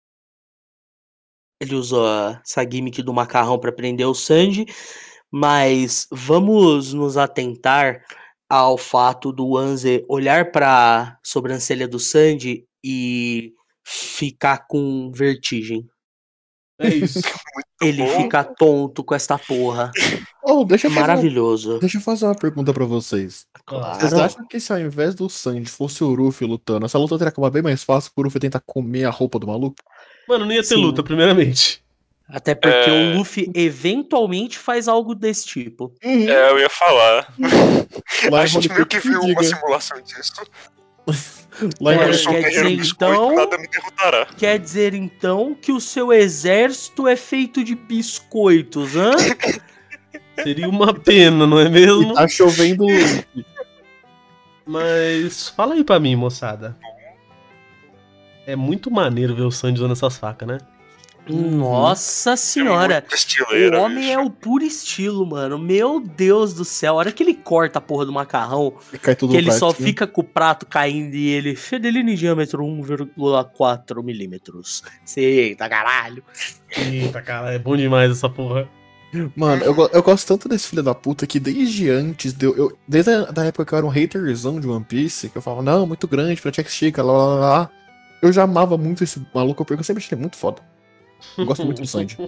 [SPEAKER 4] ele usou essa gimmick do macarrão pra prender o Sanji, mas vamos nos atentar ao fato do Anze olhar pra sobrancelha do Sanji e ficar com vertigem.
[SPEAKER 2] É isso.
[SPEAKER 4] Ele
[SPEAKER 3] bom.
[SPEAKER 4] fica tonto com esta porra.
[SPEAKER 5] Oh, deixa eu fazer uma,
[SPEAKER 4] Maravilhoso.
[SPEAKER 5] deixa eu fazer uma pergunta pra vocês. Vocês
[SPEAKER 4] Claro.
[SPEAKER 5] acham que se ao invés do Sanji fosse o Ruffy lutando, essa luta teria acabado bem mais fácil pro Ruffy tentar comer a roupa do maluco?
[SPEAKER 2] Mano, não ia ter
[SPEAKER 4] Sim.
[SPEAKER 2] luta, primeiramente.
[SPEAKER 4] Até porque
[SPEAKER 3] É.
[SPEAKER 4] o Luffy eventualmente faz algo desse tipo.
[SPEAKER 3] É, eu ia falar.
[SPEAKER 5] Lá
[SPEAKER 3] A
[SPEAKER 5] em
[SPEAKER 3] gente
[SPEAKER 5] Hollywood
[SPEAKER 3] meio que viu
[SPEAKER 5] diga.
[SPEAKER 3] uma simulação disso.
[SPEAKER 5] Lá em
[SPEAKER 4] É,
[SPEAKER 3] Eu sou um
[SPEAKER 4] quer
[SPEAKER 3] guerreiro
[SPEAKER 4] dizer,
[SPEAKER 3] biscoito,
[SPEAKER 4] então-
[SPEAKER 3] nada me derrotará.
[SPEAKER 4] Quer dizer então que o seu exército é feito de biscoitos, hã?
[SPEAKER 2] Seria uma pena, não é mesmo?
[SPEAKER 5] E tá chovendo Luffy.
[SPEAKER 2] Mas fala aí pra mim, moçada. É muito maneiro ver o Sanji usando essas facas, né?
[SPEAKER 4] Nossa senhora.
[SPEAKER 3] É muito estileira,
[SPEAKER 4] O homem
[SPEAKER 3] bicho.
[SPEAKER 4] é o puro estilo, mano. Meu Deus do céu. A hora que ele corta a porra do macarrão,
[SPEAKER 5] E cai tudo
[SPEAKER 4] que
[SPEAKER 5] no
[SPEAKER 4] ele só
[SPEAKER 5] pratinho.
[SPEAKER 4] fica com o prato caindo e ele... Fedelino em diâmetro um vírgula quatro milímetros. Eita, caralho.
[SPEAKER 2] Eita, cara, é bom demais essa porra.
[SPEAKER 5] Mano, eu, go- eu gosto tanto desse filho da puta que desde antes, de eu, eu- desde a da época que eu era um haterzão de One Piece, que eu falava, não, muito grande, pra Jack Chica, lá, lá, lá, lá, eu já amava muito esse maluco, porque eu sempre achei ele muito foda. Eu gosto muito do Sanji.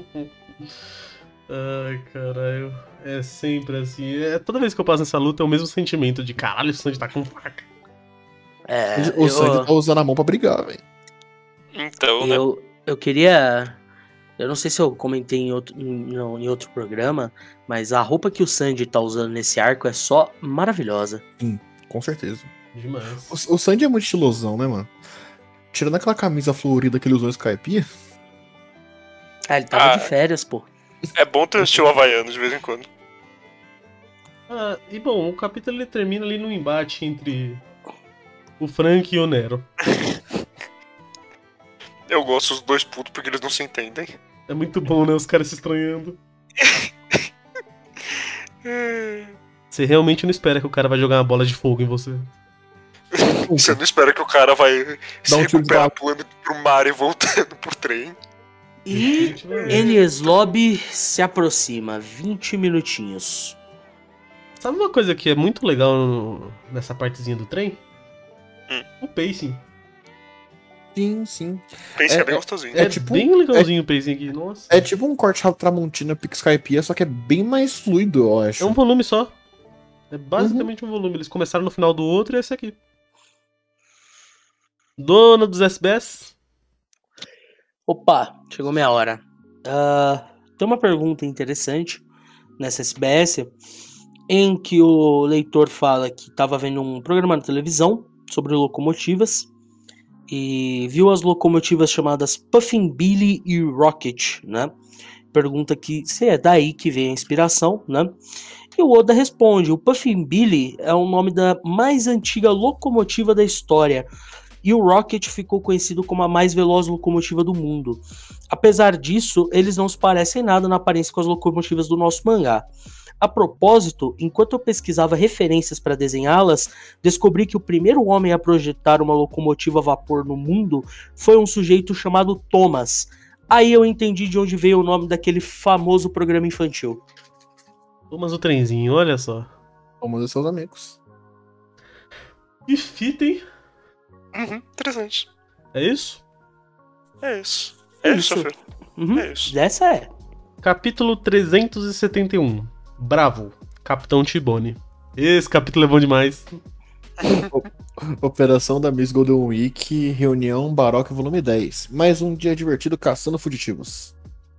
[SPEAKER 2] Ai, caralho. É sempre assim. É, toda vez que eu passo nessa luta é o mesmo sentimento de caralho, o Sanji tá com faca.
[SPEAKER 4] É,
[SPEAKER 5] o
[SPEAKER 4] eu-
[SPEAKER 5] Sanji tá usando a mão pra brigar, velho.
[SPEAKER 3] Então, né?
[SPEAKER 4] Eu, eu queria. Eu não sei se eu comentei em outro, em, não, em outro programa, mas a roupa que o Sanji tá usando nesse arco é só maravilhosa.
[SPEAKER 5] Com certeza.
[SPEAKER 2] Demais.
[SPEAKER 5] O, o Sanji é muito estilosão, né, mano? Tirando aquela camisa florida que ele usou em Skypiea,
[SPEAKER 4] Ah, ele tava
[SPEAKER 3] Ah.
[SPEAKER 4] de férias, pô.
[SPEAKER 3] É bom ter um estilo havaiano de vez em quando.
[SPEAKER 2] Ah, e bom, o capítulo ele termina ali no embate entre o Frank e o Nero.
[SPEAKER 3] Eu gosto dos dois putos porque eles não se entendem.
[SPEAKER 2] É muito bom, né? Os caras se estranhando. Você realmente não espera que o cara vai jogar uma bola de fogo em você.
[SPEAKER 3] Você não espera que o cara vai se
[SPEAKER 5] Dá um tiro de
[SPEAKER 3] recuperar
[SPEAKER 5] bala.
[SPEAKER 3] pulando pro mar e voltando pro trem.
[SPEAKER 4] E Enies Lobby se aproxima. vinte minutinhos.
[SPEAKER 2] Sabe uma coisa que é muito legal no- nessa partezinha do trem?
[SPEAKER 3] Hum.
[SPEAKER 2] O pacing.
[SPEAKER 5] sim, sim.
[SPEAKER 3] Pense que
[SPEAKER 5] É-
[SPEAKER 3] é bem gostosinho.
[SPEAKER 5] é
[SPEAKER 2] É,
[SPEAKER 5] tipo-
[SPEAKER 2] bem legalzinho o pacing aqui, nossa.
[SPEAKER 5] É tipo um corte rápido Tramontina Pix Skypiea, só que é bem mais fluido, eu acho.
[SPEAKER 2] É um volume só. É basicamente um volume. Eles começaram no final do outro e esse aqui. Dona dos S B S.
[SPEAKER 4] Opa, chegou minha hora. Ah, tem uma pergunta interessante nessa S B S em que o leitor fala que estava vendo um programa na televisão sobre locomotivas e viu as locomotivas chamadas Puffin Billy e Rocket, né? Pergunta que se é daí que vem a inspiração, né? E o Oda responde: o Puffin Billy é o nome da mais antiga locomotiva da história. E o Rocket ficou conhecido como a mais veloz locomotiva do mundo. Apesar disso, eles não se parecem nada na aparência com as locomotivas do nosso mangá. A propósito, enquanto eu pesquisava referências para desenhá-las, descobri que o primeiro homem a projetar uma locomotiva a vapor no mundo foi um sujeito chamado Thomas. Aí eu entendi de onde veio o nome daquele famoso programa infantil.
[SPEAKER 2] Thomas o trenzinho, olha só.
[SPEAKER 5] Como dos seus amigos.
[SPEAKER 2] Que fita, hein?
[SPEAKER 3] Uhum, interessante.
[SPEAKER 2] É isso?
[SPEAKER 3] É isso. É isso,
[SPEAKER 4] Isso.
[SPEAKER 3] Fê.
[SPEAKER 4] Uhum,
[SPEAKER 3] É isso.
[SPEAKER 4] Essa é.
[SPEAKER 2] Capítulo trezentos e setenta e um. Bravo. Capitão Tibone. Esse capítulo é bom demais.
[SPEAKER 5] Operação da Miss Golden Week, reunião Baroque volume dez. Mais um dia divertido caçando fugitivos.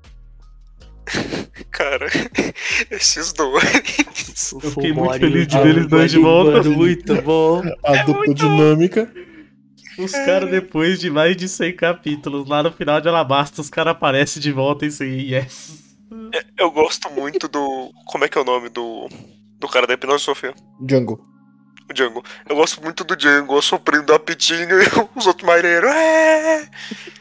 [SPEAKER 3] Cara, esses dois.
[SPEAKER 2] Eu fiquei muito feliz de ver eles dois de volta.
[SPEAKER 4] Muito bom.
[SPEAKER 5] A
[SPEAKER 3] É
[SPEAKER 5] dupla
[SPEAKER 3] muito
[SPEAKER 5] dinâmica.
[SPEAKER 2] Os caras, depois de mais de cem capítulos, lá no final de Alabasta, os caras aparecem de volta e assim, yes.
[SPEAKER 3] Eu gosto muito do. Como é que é o nome do. Do cara da hipnose, Sofia?
[SPEAKER 5] Django.
[SPEAKER 3] O Django. Eu gosto muito do Django assoprando a pitinho e os outros marinheiros. É,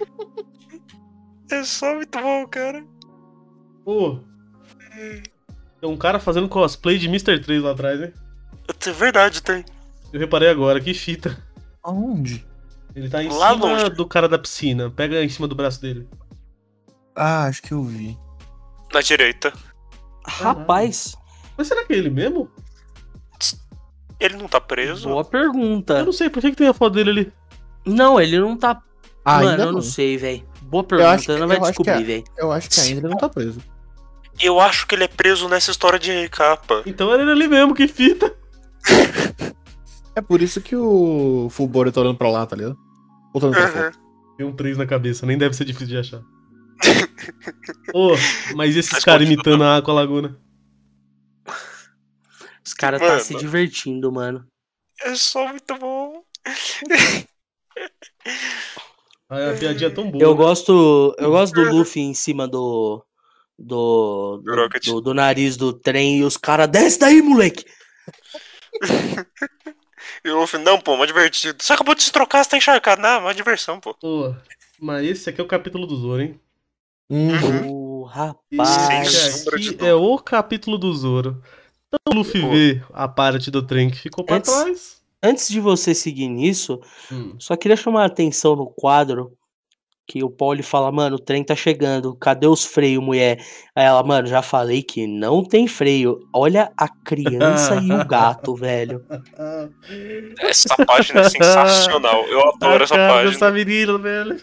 [SPEAKER 3] é só muito bom, cara.
[SPEAKER 2] Pô, tem um cara fazendo cosplay de mister três lá atrás, hein?
[SPEAKER 3] É verdade, tem.
[SPEAKER 2] Eu reparei agora, que fita.
[SPEAKER 5] Aonde?
[SPEAKER 2] Ele tá em
[SPEAKER 3] Lá
[SPEAKER 2] cima
[SPEAKER 3] longe.
[SPEAKER 2] do cara da piscina. Pega em cima do braço dele.
[SPEAKER 5] Ah, acho que eu vi.
[SPEAKER 3] Na direita.
[SPEAKER 4] Rapaz,
[SPEAKER 2] Mas será que é ele mesmo?
[SPEAKER 3] Ele não tá preso?
[SPEAKER 4] boa
[SPEAKER 2] Eu
[SPEAKER 4] pergunta.
[SPEAKER 2] não sei, por que, que tem a foto dele ali?
[SPEAKER 4] Não, ele não tá.
[SPEAKER 5] Ah,
[SPEAKER 4] Mano,
[SPEAKER 5] ainda
[SPEAKER 4] eu não
[SPEAKER 5] não.
[SPEAKER 4] sei, velho. Boa
[SPEAKER 5] acho
[SPEAKER 4] pergunta,
[SPEAKER 5] que-
[SPEAKER 4] não vai
[SPEAKER 5] eu acho que
[SPEAKER 4] descobrir,
[SPEAKER 5] é.
[SPEAKER 4] velho.
[SPEAKER 5] Eu acho que ainda ele não tá preso.
[SPEAKER 3] Eu acho que ele é preso nessa história de recapa.
[SPEAKER 2] Então era ele ali mesmo, que fita.
[SPEAKER 5] É por isso que o Fulboro tá olhando pra lá, tá ligado? Voltando pra
[SPEAKER 3] Uhum.
[SPEAKER 5] foto.
[SPEAKER 2] Tem um três na cabeça, nem deve ser difícil de achar. Ô, mas e esses
[SPEAKER 3] Mas
[SPEAKER 2] caras
[SPEAKER 3] continua.
[SPEAKER 2] imitando a Aqualaguna?
[SPEAKER 4] Os caras tá
[SPEAKER 3] Mano.
[SPEAKER 4] se divertindo, mano.
[SPEAKER 3] É só muito bom.
[SPEAKER 2] A piadinha é tão boa.
[SPEAKER 4] Eu
[SPEAKER 2] né?
[SPEAKER 4] gosto. Eu gosto do Luffy em cima do. Do. Do,
[SPEAKER 3] Rocket.
[SPEAKER 4] do- do nariz do trem e os caras. Desce daí, moleque!
[SPEAKER 3] E o Luffy, não, pô, mó divertido. Você acabou de se trocar, você tá encharcado. Não, uma diversão, pô.
[SPEAKER 2] Pô, mas esse aqui é o capítulo do Zoro, hein?
[SPEAKER 5] Uhum.
[SPEAKER 4] Ô,
[SPEAKER 2] Esse
[SPEAKER 4] rapaz.
[SPEAKER 3] sombra de
[SPEAKER 2] aqui
[SPEAKER 3] dúvida.
[SPEAKER 2] é o capítulo do Zoro. Então o Luffy
[SPEAKER 3] Pô.
[SPEAKER 2] vê a parte do trem que ficou pra
[SPEAKER 4] Antes-
[SPEAKER 2] trás.
[SPEAKER 4] Antes de você seguir nisso,
[SPEAKER 2] Hum.
[SPEAKER 4] só queria chamar a atenção no quadro que o Pauli fala, mano, o trem tá chegando, cadê os freios, mulher? Aí ela, mano, já falei que não tem freio. Olha a criança e o gato, velho.
[SPEAKER 3] Essa página é sensacional. Eu adoro
[SPEAKER 2] A
[SPEAKER 3] essa
[SPEAKER 2] cara
[SPEAKER 3] página.
[SPEAKER 2] dessa menina, velho.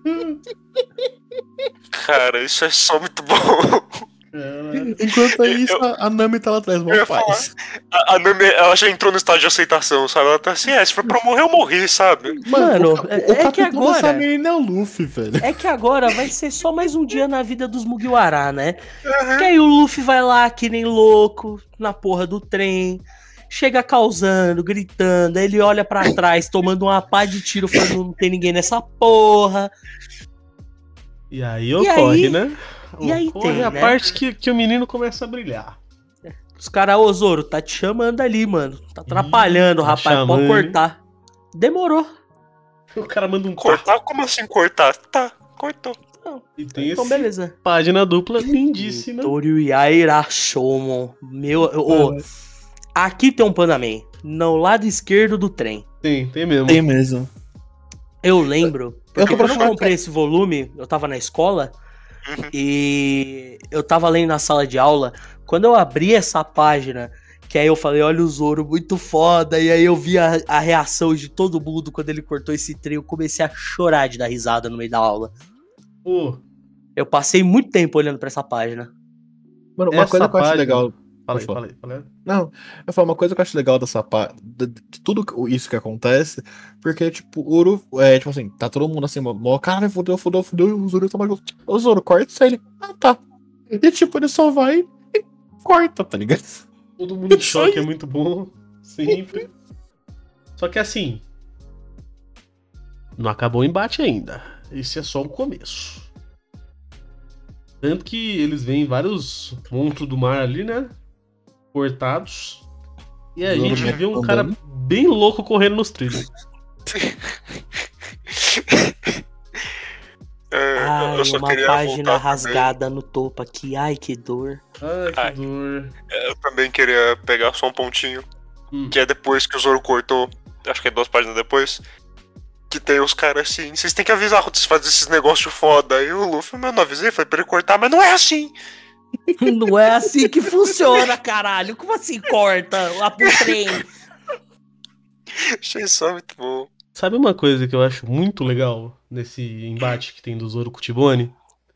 [SPEAKER 3] Cara, isso é só muito bom.
[SPEAKER 2] Ela-
[SPEAKER 5] Enquanto isso,
[SPEAKER 3] Eu-
[SPEAKER 5] a a Nami tá lá atrás,
[SPEAKER 3] eu ia
[SPEAKER 5] mó paz.
[SPEAKER 3] A, a Nami, ela já entrou no estágio de aceitação, sabe? Ela tá assim, é, se for pra morrer, eu morri, sabe?
[SPEAKER 4] Mano,
[SPEAKER 5] o, ca-
[SPEAKER 4] é-
[SPEAKER 5] o
[SPEAKER 4] é que
[SPEAKER 5] capitão dessa
[SPEAKER 4] agora-
[SPEAKER 5] menina é o Luffy, velho.
[SPEAKER 4] É que agora vai ser só mais um dia na vida dos Mugiwara, né? Que aí o Luffy vai lá que nem louco, na porra do trem, chega causando, gritando, aí ele olha pra trás, tomando uma pá de tiro, falando não tem ninguém nessa porra.
[SPEAKER 2] E aí ocorre,
[SPEAKER 4] aí-
[SPEAKER 2] né?
[SPEAKER 4] e aí
[SPEAKER 2] Ocorre
[SPEAKER 4] tem,
[SPEAKER 2] a
[SPEAKER 4] né?
[SPEAKER 2] parte que, que o menino começa a brilhar.
[SPEAKER 4] Os caras, ô Zoro, tá te chamando ali, mano. Tá atrapalhando,
[SPEAKER 2] tá
[SPEAKER 4] rapaz, pode
[SPEAKER 2] chamando,
[SPEAKER 4] cortar. Demorou.
[SPEAKER 2] O cara manda um
[SPEAKER 3] Cortar?
[SPEAKER 2] cortar.
[SPEAKER 3] Como assim cortar? Tá, cortou.
[SPEAKER 2] E tem
[SPEAKER 4] Então,
[SPEAKER 2] esse
[SPEAKER 4] beleza.
[SPEAKER 2] página dupla lindíssima.
[SPEAKER 4] Torio Yaira Shomon. Meu. Ô, aqui tem um Panaman. No lado esquerdo do trem.
[SPEAKER 2] Tem, tem mesmo.
[SPEAKER 5] Tem mesmo.
[SPEAKER 4] Eu lembro.
[SPEAKER 5] Eu
[SPEAKER 4] Porque
[SPEAKER 5] tô pra
[SPEAKER 4] quando eu
[SPEAKER 5] falar,
[SPEAKER 4] comprei esse volume, eu tava na escola.
[SPEAKER 3] Uhum.
[SPEAKER 4] E eu tava lendo na sala de aula. Quando eu abri essa página, que aí eu falei, olha o Zoro, muito foda. E aí eu vi a, a reação de todo mundo quando ele cortou esse trem. Eu comecei a chorar de dar risada no meio da aula.
[SPEAKER 2] Pô,
[SPEAKER 4] Eu passei muito tempo olhando pra essa página.
[SPEAKER 5] Mano, uma
[SPEAKER 2] Essa
[SPEAKER 5] coisa que eu acho
[SPEAKER 2] página-
[SPEAKER 5] legal.
[SPEAKER 2] fala aí,
[SPEAKER 5] Pode
[SPEAKER 2] fala aí, fala aí.
[SPEAKER 5] Não, eu falo, uma coisa que eu acho legal dessa parte, de, de tudo isso que acontece, porque, tipo, o Uru, é, tipo assim, tá todo mundo assim, mó, cara, fodeu, fodeu, fodeu, e o Zoro tá mais. O Zoro corta isso aí, ele, ah, tá. E, tipo, ele só vai e corta, tá ligado?
[SPEAKER 2] Todo mundo em
[SPEAKER 5] Isso
[SPEAKER 2] choque
[SPEAKER 5] aí.
[SPEAKER 2] é muito bom. Sempre. Só que assim. Não acabou o embate ainda. Esse é só o começo. Tanto que eles veem vários monstros do mar ali, né? Cortados. E a
[SPEAKER 5] Zoro
[SPEAKER 2] gente
[SPEAKER 5] meio
[SPEAKER 2] vê um
[SPEAKER 5] andando.
[SPEAKER 2] cara bem louco correndo nos trilhos.
[SPEAKER 3] É,
[SPEAKER 4] Ai,
[SPEAKER 3] eu só
[SPEAKER 4] uma
[SPEAKER 3] queria
[SPEAKER 4] página
[SPEAKER 3] voltar
[SPEAKER 4] rasgada no topo aqui. Ai, que dor.
[SPEAKER 2] Ai, que
[SPEAKER 3] Ai.
[SPEAKER 2] dor.
[SPEAKER 3] também. Eu também queria pegar só um pontinho.
[SPEAKER 2] Hum.
[SPEAKER 3] Que é depois que o Zoro cortou. Acho que é duas páginas depois. Que tem os caras assim. Vocês têm que avisar quando vocês fazem esses negócios foda. Aí o Luffy, mas eu não avisei, foi pra ele cortar, mas não é assim.
[SPEAKER 4] Não é assim que funciona, caralho. Como assim corta lá pro trem?
[SPEAKER 3] Achei só muito bom.
[SPEAKER 2] Sabe uma coisa que eu acho muito legal nesse embate que tem do Zoro com o Tibone?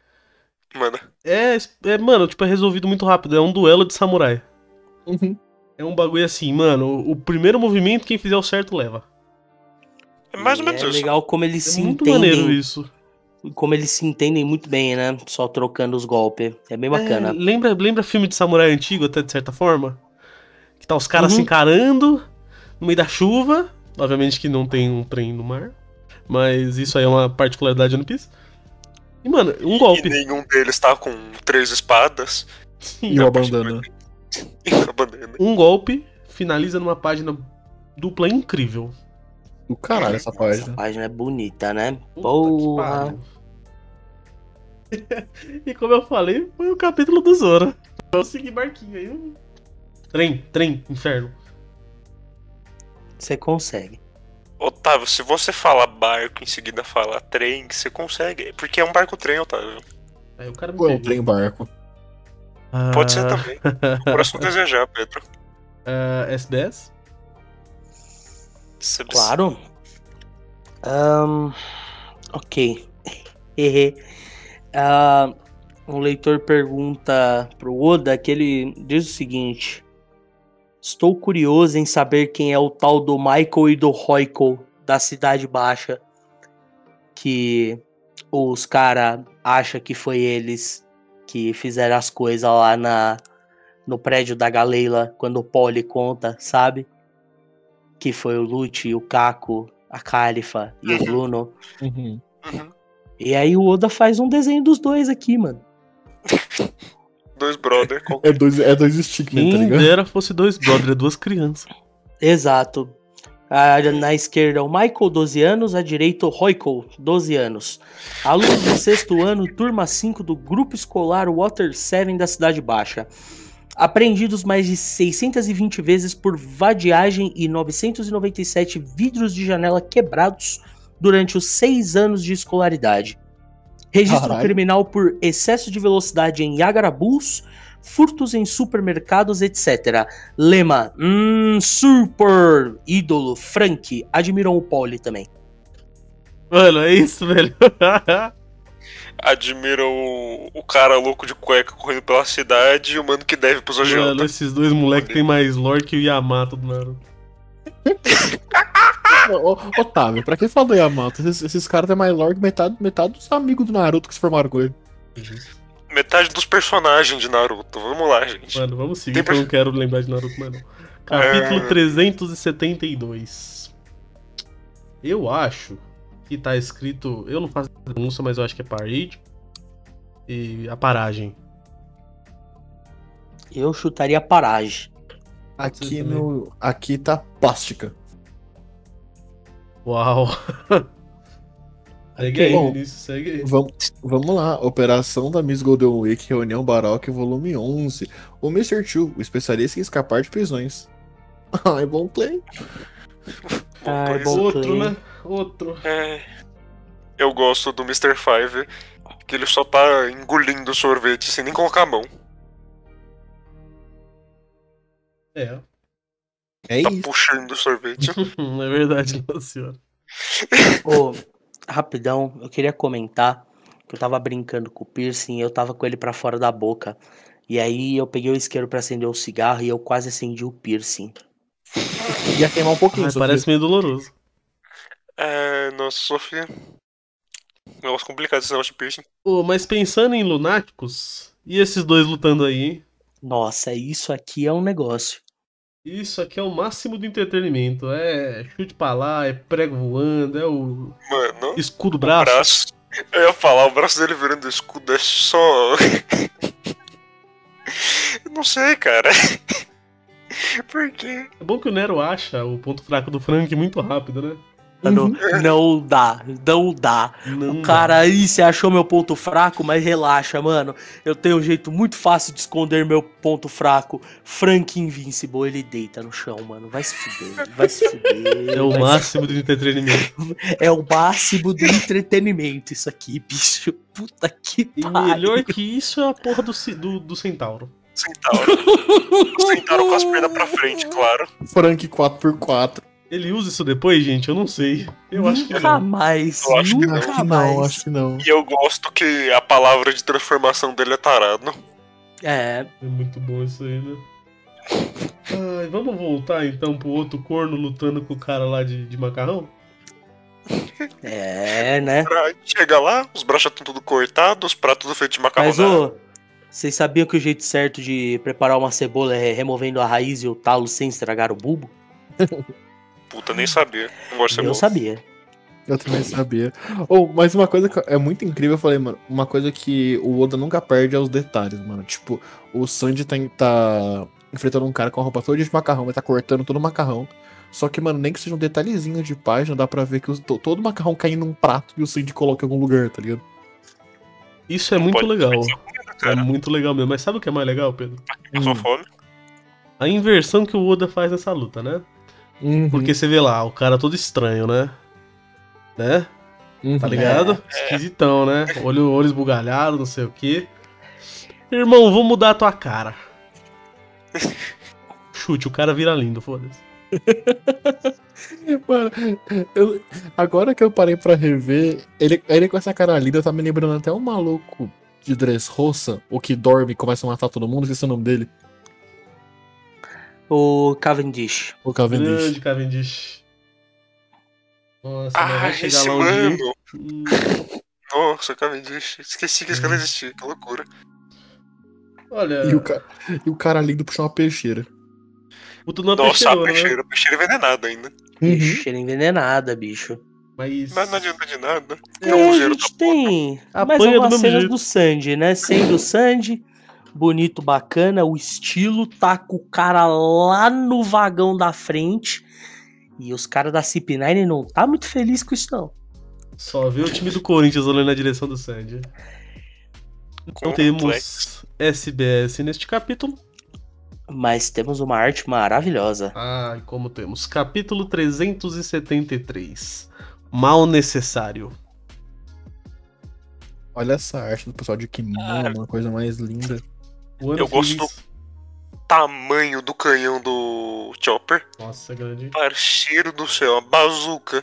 [SPEAKER 3] Mano,
[SPEAKER 2] É, é, mano, tipo, é resolvido muito rápido. É um duelo de samurai.
[SPEAKER 5] Uhum.
[SPEAKER 2] É um bagulho assim, mano, o primeiro movimento, quem fizer o certo leva.
[SPEAKER 3] É mais ou
[SPEAKER 4] E
[SPEAKER 3] menos
[SPEAKER 4] é
[SPEAKER 3] isso.
[SPEAKER 4] legal como eles
[SPEAKER 2] É
[SPEAKER 4] se
[SPEAKER 2] muito maneiro
[SPEAKER 4] entendem.
[SPEAKER 2] isso.
[SPEAKER 4] Como eles se entendem muito bem, né? Só trocando os golpes. É bem bacana.
[SPEAKER 2] É, lembra, lembra filme de samurai antigo, até de certa forma? Que tá os caras
[SPEAKER 4] Uhum.
[SPEAKER 2] se encarando no meio da chuva. Obviamente que não tem um trem no mar. Mas isso aí é uma particularidade do One Piece. E, mano, um
[SPEAKER 3] E
[SPEAKER 2] golpe.
[SPEAKER 3] nenhum deles tá com três espadas.
[SPEAKER 5] E uma bandana.
[SPEAKER 3] E uma bandana.
[SPEAKER 2] Um golpe finaliza numa página dupla incrível.
[SPEAKER 5] Do caralho essa
[SPEAKER 4] Essa
[SPEAKER 5] página.
[SPEAKER 4] página é bonita, né?
[SPEAKER 2] Puta que
[SPEAKER 4] Porra.
[SPEAKER 2] pariu. E como eu falei, foi o capítulo do Zoro. Eu segui barquinho aí. Trem, trem, inferno.
[SPEAKER 4] Você consegue.
[SPEAKER 3] Otávio, se você falar barco e em seguida falar trem, você consegue. Porque é um barco-trem, Otávio.
[SPEAKER 2] Aí o cara me
[SPEAKER 5] Ou é um
[SPEAKER 2] pegou.
[SPEAKER 5] trem barco.
[SPEAKER 3] Pode ser
[SPEAKER 2] Ah,
[SPEAKER 3] também. Próximo desejar, Pedro.
[SPEAKER 2] ah, S B S?
[SPEAKER 3] Você-
[SPEAKER 4] Claro. Ahn, ok. Hehe. Ah, um leitor pergunta pro Oda que ele diz o seguinte: estou curioso em saber quem é o tal do Michael e do Royko da Cidade Baixa, que os cara acha que foi eles que fizeram as coisas lá na no prédio da Galeila quando o Polly conta, sabe? Que foi o Lute, o Kako, a Califa e o Bruno.
[SPEAKER 5] Uhum.
[SPEAKER 3] Uhum.
[SPEAKER 4] E aí o Oda faz um desenho dos dois aqui, mano.
[SPEAKER 3] Dois brother. com-
[SPEAKER 5] É dois, é dois stickmen, tá
[SPEAKER 2] Quem
[SPEAKER 5] ligado?
[SPEAKER 2] dera fosse dois brothers, é duas crianças.
[SPEAKER 4] Exato. A- na esquerda o Michael, doze anos, à direita o Royko, doze anos. Aluno do sexto ano, turma cinco do grupo escolar Water sete da Cidade Baixa. Apreendidos mais de seiscentas e vinte vezes por vadiagem e novecentos e noventa e sete vidros de janela quebrados durante os seis anos de escolaridade. Registro
[SPEAKER 5] Caralho.
[SPEAKER 4] criminal por excesso de velocidade em Yagarabus, furtos em supermercados, etcétera. Lema, hum, super, ídolo, Frank, admiram o Polly também.
[SPEAKER 2] Mano, é isso, velho.
[SPEAKER 3] Admira o, o cara louco de cueca correndo pela cidade e o mano que deve pros
[SPEAKER 2] Mano,
[SPEAKER 3] agiota.
[SPEAKER 2] esses dois moleques têm mais lore que o Yamato do Naruto.
[SPEAKER 5] Ô, ô, Otávio, pra que falar do Yamato? Esses, esses caras têm mais lore que metade, metade dos amigos do Naruto que se formaram com ele.
[SPEAKER 3] Metade dos personagens de Naruto. Vamos lá, gente.
[SPEAKER 2] Mano, vamos seguir
[SPEAKER 3] Tem
[SPEAKER 2] que eu
[SPEAKER 3] per-
[SPEAKER 2] não quero lembrar de Naruto mais não. Capítulo
[SPEAKER 3] É.
[SPEAKER 2] trezentos e setenta e dois. Eu acho que tá escrito... Eu não faço a pronúncia, mas eu acho que é parade. E a paragem.
[SPEAKER 4] Eu chutaria paragem.
[SPEAKER 5] Aqui,
[SPEAKER 2] também.
[SPEAKER 5] no, aqui tá plástica.
[SPEAKER 2] Uau. Segue
[SPEAKER 5] Ok,
[SPEAKER 2] aí,
[SPEAKER 5] bom.
[SPEAKER 2] Vinícius, segue aí.
[SPEAKER 5] Vamos, vamos lá. Operação da Miss Golden Week, Reunião Baroque, volume onze. O mister Chu, o especialista em escapar de prisões. Ai, bom play.
[SPEAKER 4] Ai,
[SPEAKER 3] Pois
[SPEAKER 4] bom
[SPEAKER 2] Outro,
[SPEAKER 4] play.
[SPEAKER 2] né? Outro.
[SPEAKER 3] é. Eu gosto do mister Five, que ele só tá engolindo sorvete sem nem colocar a mão.
[SPEAKER 2] É.
[SPEAKER 5] É
[SPEAKER 3] Tá
[SPEAKER 5] isso.
[SPEAKER 3] puxando o sorvete.
[SPEAKER 2] É verdade, nossa senhora.
[SPEAKER 4] Ô, rapidão, eu queria comentar que eu tava brincando com o piercing e eu tava com ele pra fora da boca. E aí eu peguei o isqueiro pra acender o cigarro e eu quase acendi o piercing.
[SPEAKER 5] Ia queimar um pouquinho,
[SPEAKER 2] Ai,
[SPEAKER 5] Sofia.
[SPEAKER 2] parece meio doloroso.
[SPEAKER 3] É. Nossa, Sofia. Negócio complicado esse negócio de piercing.
[SPEAKER 2] Ô, mas pensando em lunáticos, e esses dois lutando aí, hein?
[SPEAKER 4] Nossa, isso aqui é um negócio.
[SPEAKER 2] Isso aqui é o máximo do entretenimento. É chute pra lá, é prego voando, é o
[SPEAKER 3] Mano,
[SPEAKER 2] escudo
[SPEAKER 3] o
[SPEAKER 2] braço.
[SPEAKER 3] braço. Eu ia falar, o braço dele virando escudo é só. Eu não sei, cara. Por quê?
[SPEAKER 2] É bom que o Nero acha o ponto fraco do Frank muito rápido, né?
[SPEAKER 4] Mano, não dá, não dá.
[SPEAKER 2] Não
[SPEAKER 4] O cara
[SPEAKER 2] dá.
[SPEAKER 4] aí, você achou meu ponto fraco, mas relaxa, mano. Eu tenho um jeito muito fácil de esconder meu ponto fraco. Frank Invincible, ele deita no chão, mano. Vai se fuder, vai se fuder.
[SPEAKER 2] É o
[SPEAKER 4] vai
[SPEAKER 2] máximo do entretenimento.
[SPEAKER 4] se- É o máximo do entretenimento isso aqui, bicho. Puta que
[SPEAKER 2] E
[SPEAKER 4] pariu.
[SPEAKER 2] melhor que isso é a porra do, ci- do, do Centauro.
[SPEAKER 3] Centauro. O Centauro com as pernas pra frente, claro.
[SPEAKER 5] Frank quatro por quatro.
[SPEAKER 2] Ele usa isso depois, gente? Eu não sei. Eu acho que
[SPEAKER 4] Nunca
[SPEAKER 2] não.
[SPEAKER 4] mais,
[SPEAKER 3] Eu acho que não.
[SPEAKER 4] nunca
[SPEAKER 5] Acho que
[SPEAKER 4] mais.
[SPEAKER 5] não, acho que não.
[SPEAKER 3] E eu gosto que a palavra de transformação dele é tarado.
[SPEAKER 4] É,
[SPEAKER 2] É muito bom isso aí, né? Ai, vamos voltar então pro outro corno lutando com o cara lá de, de macarrão?
[SPEAKER 4] É, né?
[SPEAKER 3] Pra- Chega lá, os braços estão tudo cortados, os pratos tudo feito de
[SPEAKER 4] Mas,
[SPEAKER 3] macarronada.
[SPEAKER 4] ô, vocês sabiam que o jeito certo de preparar uma cebola é removendo a raiz e o talo sem estragar o bulbo?
[SPEAKER 3] Puta, nem sabia. Não gosto de
[SPEAKER 4] Eu
[SPEAKER 3] cebola.
[SPEAKER 4] sabia.
[SPEAKER 5] Eu também sabia. Ou, mas uma coisa que é muito incrível, eu falei, mano, uma coisa que o Oda nunca perde é os detalhes, mano. Tipo, o Sanji tá, tá enfrentando um cara com a roupa toda de macarrão, mas tá cortando todo o macarrão. Só que, mano, nem que seja um detalhezinho de página, dá pra ver que os- to- todo o macarrão cai num prato e o Sanji coloca em algum lugar, tá ligado?
[SPEAKER 2] Isso é
[SPEAKER 3] Não
[SPEAKER 2] muito
[SPEAKER 3] pode
[SPEAKER 2] legal.
[SPEAKER 3] desperdiçar comida,
[SPEAKER 2] É
[SPEAKER 3] cara.
[SPEAKER 2] muito legal mesmo. Mas sabe o que é mais legal, Pedro?
[SPEAKER 3] Eu sou fome.
[SPEAKER 2] A inversão que o Oda faz nessa luta, né?
[SPEAKER 5] Uhum,
[SPEAKER 2] Porque você vê lá, o cara todo estranho, né? Né?
[SPEAKER 5] uhum.
[SPEAKER 2] Tá ligado? Esquisitão, né? Olho, olho esbugalhado, não sei o quê. Irmão, vou mudar a tua cara. Chute, o cara vira lindo, foda-se.
[SPEAKER 5] Mano, eu- agora que eu parei pra rever, ele, ele com essa cara linda tá me lembrando até um maluco de Dressrosa, o que dorme e começa a matar todo mundo, esqueci o nome dele,
[SPEAKER 4] O Cavendish.
[SPEAKER 5] o Cavendish.
[SPEAKER 2] Grande Cavendish. Nossa, mas
[SPEAKER 3] Ah,
[SPEAKER 2] vai chegar
[SPEAKER 3] esse
[SPEAKER 2] lá um dia.
[SPEAKER 3] mano.
[SPEAKER 2] Hum,
[SPEAKER 3] Nossa, Cavendish. Esqueci que esse cara existia. Que loucura.
[SPEAKER 2] olha,
[SPEAKER 5] E o, ca- e o cara lindo puxou uma peixeira.
[SPEAKER 2] puta numa
[SPEAKER 3] Nossa, a
[SPEAKER 2] peixeirona, né?
[SPEAKER 3] peixeira. Peixeira envenenada ainda.
[SPEAKER 5] Uhum.
[SPEAKER 4] Cheira envenenada, bicho.
[SPEAKER 2] Mas.
[SPEAKER 3] Mas não adianta de nada.
[SPEAKER 2] É,
[SPEAKER 3] Não,
[SPEAKER 4] E
[SPEAKER 3] o
[SPEAKER 4] a
[SPEAKER 3] dinheiro
[SPEAKER 4] gente
[SPEAKER 3] tá
[SPEAKER 4] tem
[SPEAKER 2] Apanha
[SPEAKER 4] mais
[SPEAKER 2] do
[SPEAKER 4] algumas
[SPEAKER 2] mesmo
[SPEAKER 4] cenas
[SPEAKER 2] jeito.
[SPEAKER 4] do Sandy, né? Sendo o Sandy, bonito, bacana, o estilo, tá com o cara lá no vagão da frente. E os caras da C P nove não tá muito feliz com isso, não.
[SPEAKER 2] Só vê o time do Corinthians olhando na direção do Sandy. Então temos S B S neste capítulo.
[SPEAKER 4] Mas temos uma arte maravilhosa.
[SPEAKER 2] Ah, e como temos? Capítulo trezentos e setenta e três. Mal necessário.
[SPEAKER 5] Olha essa arte do pessoal de kimono, uma coisa mais linda.
[SPEAKER 2] O ano
[SPEAKER 3] Eu gosto
[SPEAKER 2] feliz.
[SPEAKER 3] tamanho do canhão do Chopper.
[SPEAKER 2] Nossa, é grande.
[SPEAKER 3] Parceiro do céu, uma bazuca.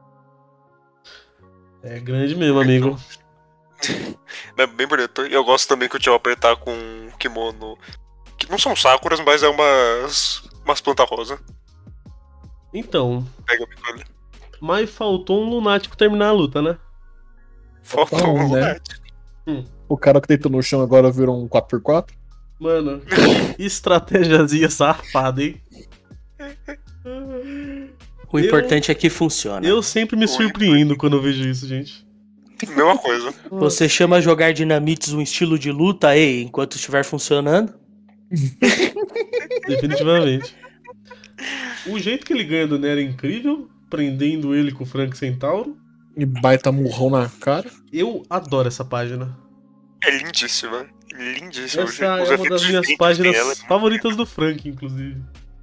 [SPEAKER 2] É grande mesmo, amigo.
[SPEAKER 3] É bem bonito. E eu gosto também que o Chopper tá com um kimono. Que não são sakuras, mas é umas. umas plantas rosa.
[SPEAKER 2] Então,
[SPEAKER 3] Pega a olha.
[SPEAKER 2] mas faltou um lunático terminar a luta, né?
[SPEAKER 3] Faltou
[SPEAKER 5] Faltou
[SPEAKER 3] um
[SPEAKER 5] um, né?
[SPEAKER 3] lunático.
[SPEAKER 5] O cara que deitou no chão agora virou um quatro por quatro.
[SPEAKER 2] Mano, que estratégiazinha safada, hein?
[SPEAKER 4] O
[SPEAKER 2] Eu-
[SPEAKER 4] importante é que funciona.
[SPEAKER 2] Eu sempre me surpreendo quando eu vejo isso, gente.
[SPEAKER 3] Mesma coisa.
[SPEAKER 4] Você chama jogar dinamites um estilo de luta, ei, enquanto estiver funcionando?
[SPEAKER 2] Definitivamente. O jeito que ele ganha do Nero é incrível, prendendo ele com o Frank Centauro.
[SPEAKER 5] E baita murrão na cara.
[SPEAKER 2] Eu adoro essa página.
[SPEAKER 3] É lindíssima. Lindíssima.
[SPEAKER 2] Essa
[SPEAKER 3] Os
[SPEAKER 2] é uma
[SPEAKER 3] efeitos
[SPEAKER 2] das
[SPEAKER 3] de
[SPEAKER 2] minhas
[SPEAKER 3] efeitos
[SPEAKER 2] páginas
[SPEAKER 3] dela.
[SPEAKER 2] favoritas do Frank, inclusive.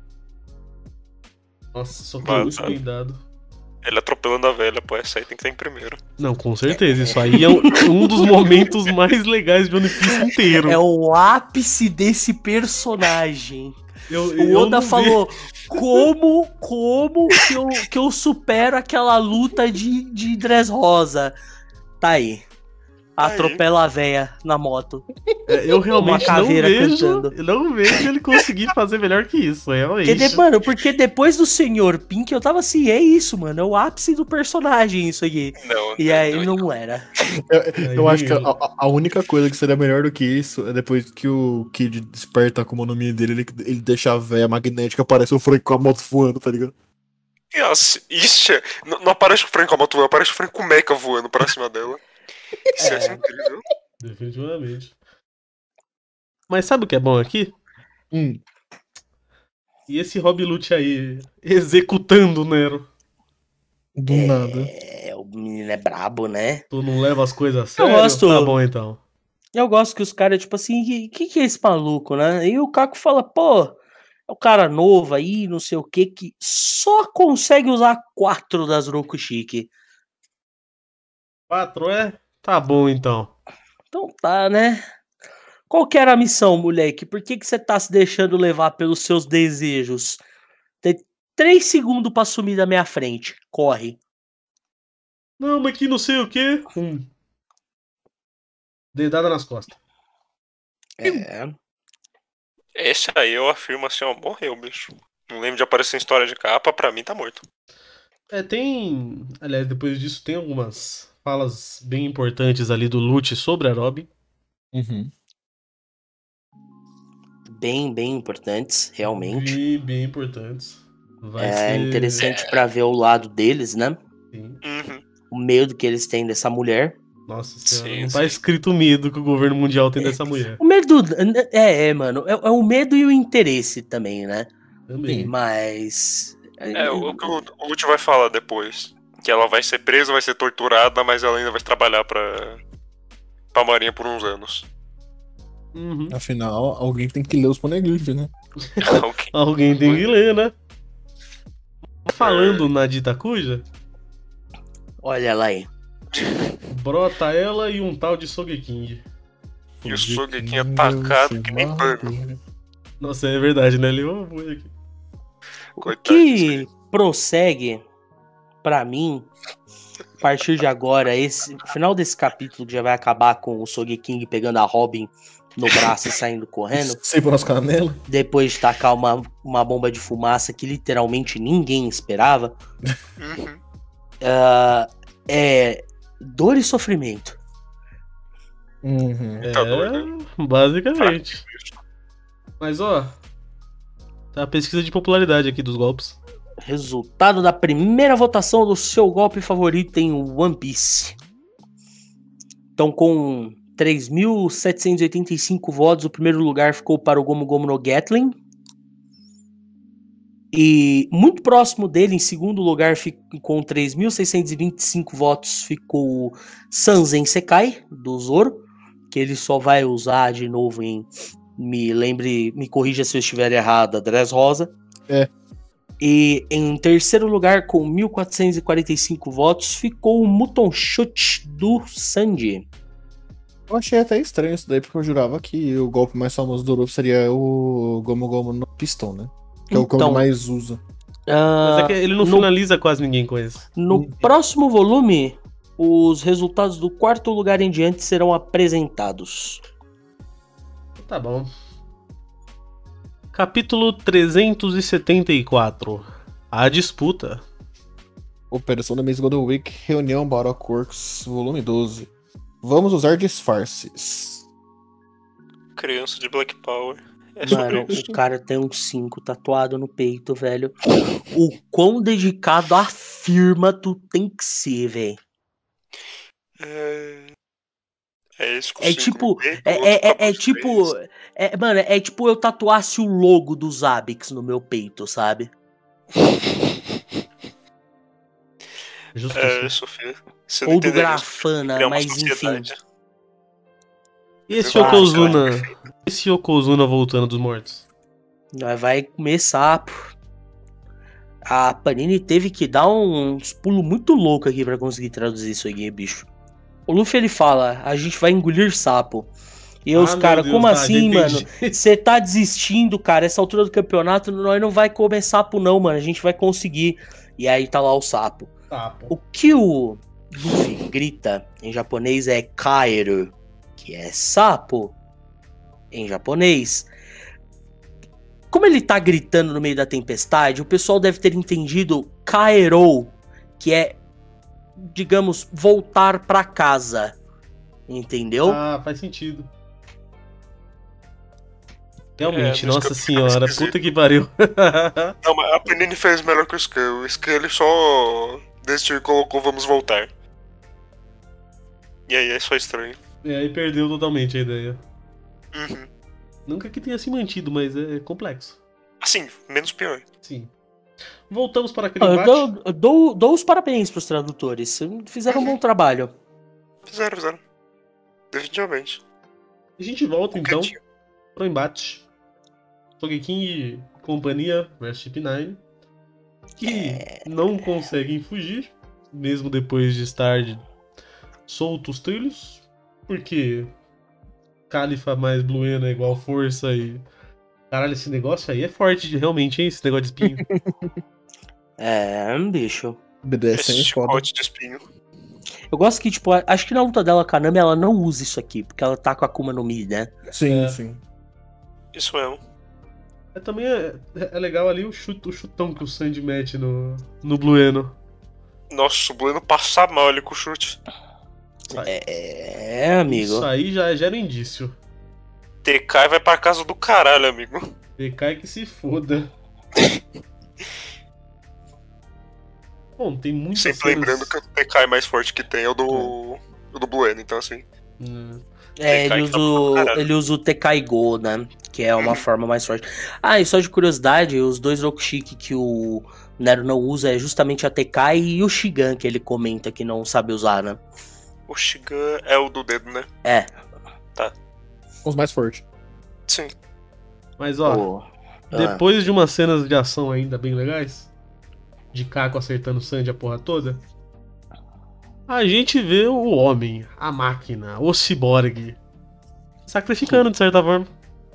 [SPEAKER 2] Nossa, só que é muito
[SPEAKER 3] Massa.
[SPEAKER 2] bem dado.
[SPEAKER 3] Ele atropelando a velha, pô, essa aí tem que estar em primeiro.
[SPEAKER 2] Não, com certeza. Isso aí é um, um dos momentos mais legais de One Piece inteiro.
[SPEAKER 4] É o ápice desse personagem.
[SPEAKER 2] Eu,
[SPEAKER 4] O
[SPEAKER 2] eu
[SPEAKER 4] Oda
[SPEAKER 2] não
[SPEAKER 4] falou, como, como que eu, que eu supero aquela luta de, de Dressrosa? Tá aí.
[SPEAKER 3] Tá aí.
[SPEAKER 4] Atropela a véia na moto.
[SPEAKER 2] ve- é, eu realmente
[SPEAKER 4] Uma
[SPEAKER 2] não
[SPEAKER 4] caveira
[SPEAKER 2] vejo,
[SPEAKER 4] cantando.
[SPEAKER 2] eu não vejo ele conseguir fazer melhor que isso, realmente.
[SPEAKER 4] Porque, de- mano, porque depois do senhor Pink eu tava assim, é isso, mano. É o ápice do personagem isso aqui.
[SPEAKER 3] Não,
[SPEAKER 4] E
[SPEAKER 3] não,
[SPEAKER 4] aí
[SPEAKER 3] não.
[SPEAKER 4] não era.
[SPEAKER 5] Eu,
[SPEAKER 2] Aí
[SPEAKER 5] eu acho que a,
[SPEAKER 2] ele-
[SPEAKER 5] a- a única coisa que seria melhor do que isso é depois que o Kid desperta a Akuma no Mi dele, ele, ele deixa a véia magnética, aparece o Frank com a moto voando, tá ligado?
[SPEAKER 3] Nossa, Isso é... não, não aparece o Frank com a moto voando, aparece o Frank com o mecha voando pra cima dela. Isso é,
[SPEAKER 4] É.
[SPEAKER 3] incrível.
[SPEAKER 2] Definitivamente. Mas sabe o que é bom aqui?
[SPEAKER 5] Hum.
[SPEAKER 2] E esse Rob Lute aí, executando o Nero.
[SPEAKER 5] Do nada.
[SPEAKER 4] É, o menino é brabo, né?
[SPEAKER 2] Tu não leva as coisas a
[SPEAKER 4] Eu
[SPEAKER 2] sério?
[SPEAKER 4] gosto.
[SPEAKER 2] Tá bom então.
[SPEAKER 4] Eu gosto que os caras, tipo assim, que, que que é esse maluco, né? E o Caco fala, pô, é o cara novo aí, não sei o que, que só consegue usar quatro das Rokushiki.
[SPEAKER 2] Quatro é? Tá bom então.
[SPEAKER 4] Então tá, né? Qual que era a missão, moleque? Por que que você tá se deixando levar pelos seus desejos? Tem três segundos pra sumir da minha frente. Corre.
[SPEAKER 2] Não, mas que não sei o que. Hum. Dedada nas costas.
[SPEAKER 4] É.
[SPEAKER 3] Esse aí eu afirmo assim, ó, morreu, bicho. Não lembro de aparecer em história de capa, pra mim tá morto.
[SPEAKER 2] É, tem. Aliás, depois disso tem algumas falas bem importantes ali do Lute sobre a Robin.
[SPEAKER 5] Uhum.
[SPEAKER 4] Bem, bem importantes, realmente.
[SPEAKER 2] Bem, bem importantes. Vai
[SPEAKER 4] É
[SPEAKER 2] ser...
[SPEAKER 4] interessante pra ver o lado deles, né?
[SPEAKER 2] Sim.
[SPEAKER 3] Uhum.
[SPEAKER 4] O medo que eles têm dessa mulher.
[SPEAKER 2] Nossa senhora,
[SPEAKER 3] Sim,
[SPEAKER 2] não tá
[SPEAKER 3] sim.
[SPEAKER 2] escrito o medo que o governo mundial tem dessa mulher.
[SPEAKER 4] O medo. É, é, mano. É, é o medo e o interesse também, né?
[SPEAKER 2] Também.
[SPEAKER 4] Mas.
[SPEAKER 3] É, o que o o Lute vai falar depois. Que ela vai ser presa, vai ser torturada, mas ela ainda vai trabalhar pra, pra Marinha por uns anos.
[SPEAKER 2] Uhum.
[SPEAKER 5] Afinal, alguém tem que ler os poneglyphs, né?
[SPEAKER 3] Ok.
[SPEAKER 2] Alguém tem que ler, né? Falando na Dita Cuja,
[SPEAKER 4] Olha lá aí.
[SPEAKER 2] brota ela e um tal de Sogeking.
[SPEAKER 3] E o Sogeking atacado que nem pano.
[SPEAKER 2] Nossa, é verdade, né? Ele oh, foi aqui.
[SPEAKER 4] O
[SPEAKER 3] Coitado disso aí.
[SPEAKER 4] que prossegue, pra mim, a partir de agora, esse o final desse capítulo que já vai acabar com o Sogeking pegando a Robin no braço e saindo correndo,
[SPEAKER 5] Sei por nossa canela.
[SPEAKER 4] depois de tacar uma, uma bomba de fumaça que literalmente ninguém esperava,
[SPEAKER 3] Uhum.
[SPEAKER 4] é dor e sofrimento.
[SPEAKER 5] Uhum.
[SPEAKER 2] É,
[SPEAKER 3] Tá doido.
[SPEAKER 2] basicamente. Mas ó, tá a pesquisa de popularidade aqui dos golpes.
[SPEAKER 4] Resultado da primeira votação do seu golpe favorito em One Piece. Então, com três mil setecentos e oitenta e cinco votos, o primeiro lugar ficou para o Gomu Gomu no Gatling. E muito próximo dele, em segundo lugar, com três mil seiscentos e vinte e cinco votos, ficou o Sanzen Sekai, do Zoro, que ele só vai usar de novo em... Me lembre, me corrija se eu estiver errado, a Dress Rosa.
[SPEAKER 5] É.
[SPEAKER 4] E em terceiro lugar, com mil quatrocentos e quarenta e cinco votos, ficou o Muton Chute do Sanji.
[SPEAKER 5] Eu achei até estranho isso daí, porque eu jurava que o golpe mais famoso do Luffy seria o Gomu Gomu no Pistão, né? Que é o que
[SPEAKER 4] Então,
[SPEAKER 5] ele mais usa.
[SPEAKER 2] Mas é que ele não
[SPEAKER 4] no,
[SPEAKER 2] finaliza quase ninguém com isso.
[SPEAKER 4] no próximo volume, os resultados do quarto lugar em diante serão apresentados.
[SPEAKER 2] Tá bom. Capítulo trezentos e setenta e quatro. A disputa.
[SPEAKER 5] Operação da Maze Golden Week, Reunião Baroque Works, volume doze. Vamos usar disfarces.
[SPEAKER 3] Criança de Black Power. É
[SPEAKER 4] Mano,
[SPEAKER 3] sobre isso.
[SPEAKER 4] o cara tem um cinco tatuado no peito, velho. O quão dedicado à firma tu tem que ser, velho.
[SPEAKER 3] É... É isso com
[SPEAKER 4] É
[SPEAKER 3] cinco
[SPEAKER 4] tipo,
[SPEAKER 3] no peito,
[SPEAKER 4] é,
[SPEAKER 3] outro
[SPEAKER 4] é, é,
[SPEAKER 3] papo
[SPEAKER 4] é
[SPEAKER 3] de
[SPEAKER 4] tipo,
[SPEAKER 3] três.
[SPEAKER 4] é, mano, é tipo eu tatuasse o logo dos Abix no meu peito, sabe?
[SPEAKER 2] Justo.
[SPEAKER 3] É, Sofia. Você não
[SPEAKER 4] Ou do
[SPEAKER 3] entenderia isso,
[SPEAKER 4] Grafana,
[SPEAKER 3] criar uma
[SPEAKER 4] mas enfim.
[SPEAKER 3] sociedade.
[SPEAKER 2] E esse
[SPEAKER 3] Exato,
[SPEAKER 2] Yokozuna?
[SPEAKER 3] sociedade.
[SPEAKER 2] Esse Yokozuna voltando dos mortos?
[SPEAKER 4] Nós vai começar. Pô. A Panini teve que dar uns pulos muito loucos aqui pra conseguir traduzir isso aqui, bicho. O Luffy ele fala: a gente vai engolir sapo. E os
[SPEAKER 2] Ah, meu
[SPEAKER 4] caras,
[SPEAKER 2] Deus,
[SPEAKER 4] como
[SPEAKER 2] tá,
[SPEAKER 4] assim,
[SPEAKER 2] já
[SPEAKER 4] mano?
[SPEAKER 2] entendi.
[SPEAKER 4] Você tá desistindo, cara? Essa altura do campeonato, nós não vai comer sapo, não, mano. A gente vai conseguir. E aí tá lá o sapo.
[SPEAKER 2] Tá, pô.
[SPEAKER 4] O que o Luffy grita em japonês é Kaeru, que é sapo em japonês. Como ele tá gritando no meio da tempestade, o pessoal deve ter entendido Kaerou, que é, digamos, voltar pra casa. Entendeu?
[SPEAKER 2] Ah, faz sentido. Realmente,
[SPEAKER 3] É,
[SPEAKER 2] nossa
[SPEAKER 3] isso que eu-
[SPEAKER 2] senhora,
[SPEAKER 3] esquisito.
[SPEAKER 2] puta que pariu.
[SPEAKER 3] Não, mas a Panini fez melhor que o Scan. O Scan ele só desistiu e colocou vamos voltar. E aí é só estranho.
[SPEAKER 2] E aí perdeu totalmente a ideia.
[SPEAKER 3] Uhum.
[SPEAKER 2] Nunca que tenha se mantido, mas é complexo.
[SPEAKER 3] Assim, menos pior.
[SPEAKER 2] Sim. Voltamos para aquele
[SPEAKER 4] Eu
[SPEAKER 2] embate.
[SPEAKER 4] dou, eu dou, dou os parabéns pros tradutores. Fizeram um bom trabalho.
[SPEAKER 3] Fizeram, fizeram. Definitivamente.
[SPEAKER 2] A gente volta então
[SPEAKER 3] Quietinho.
[SPEAKER 2] pro embate. Sogeking e companhia versus Chip nove. Que não conseguem fugir, mesmo depois de estar de- soltos os trilhos. Porque Califa mais Bluena é igual força e. Caralho, esse negócio aí é forte de- realmente, hein? Esse negócio de espinho.
[SPEAKER 4] É, bicho.
[SPEAKER 5] B D S M
[SPEAKER 3] Esse
[SPEAKER 5] é foda.
[SPEAKER 3] chicote de espinho.
[SPEAKER 4] Eu gosto que, tipo, acho que na luta dela com a Nami, ela não usa isso aqui, porque ela tá com a Akuma no Mi, né?
[SPEAKER 5] Sim,
[SPEAKER 2] É.
[SPEAKER 5] sim.
[SPEAKER 3] Isso mesmo.
[SPEAKER 2] É, também é, é legal ali o, chute, o chutão que o Sandy mete no, no Blueno.
[SPEAKER 3] Nossa, o Blueno passa mal ali com o chute.
[SPEAKER 4] É, amigo.
[SPEAKER 2] Isso aí já gera indício.
[SPEAKER 3] T K vai pra casa do caralho, amigo.
[SPEAKER 2] T K que se foda. Bom, tem muitas
[SPEAKER 3] Sempre
[SPEAKER 2] cenas...
[SPEAKER 3] lembrando que o T K mais forte que tem é o do, o do Blueno, então assim.
[SPEAKER 2] Hum.
[SPEAKER 4] É, ele
[SPEAKER 3] T K que
[SPEAKER 4] usa,
[SPEAKER 3] tá
[SPEAKER 4] o,
[SPEAKER 3] pra caralho.
[SPEAKER 4] ele usa o T K Go, né? Que é uma forma mais forte. Ah, e só de curiosidade, os dois Rokushiki que o Nero não usa é justamente a T K e o Shigan, que ele comenta que não sabe usar, né?
[SPEAKER 3] O Shigan é o do dedo, né?
[SPEAKER 4] É.
[SPEAKER 5] Os mais fortes.
[SPEAKER 3] Sim.
[SPEAKER 2] Mas ó,
[SPEAKER 4] Pô, ah,
[SPEAKER 2] depois de umas cenas de ação ainda bem legais, de Kako acertando o Sandy a porra toda, a gente vê o homem, a máquina, o ciborgue, sacrificando de certa forma.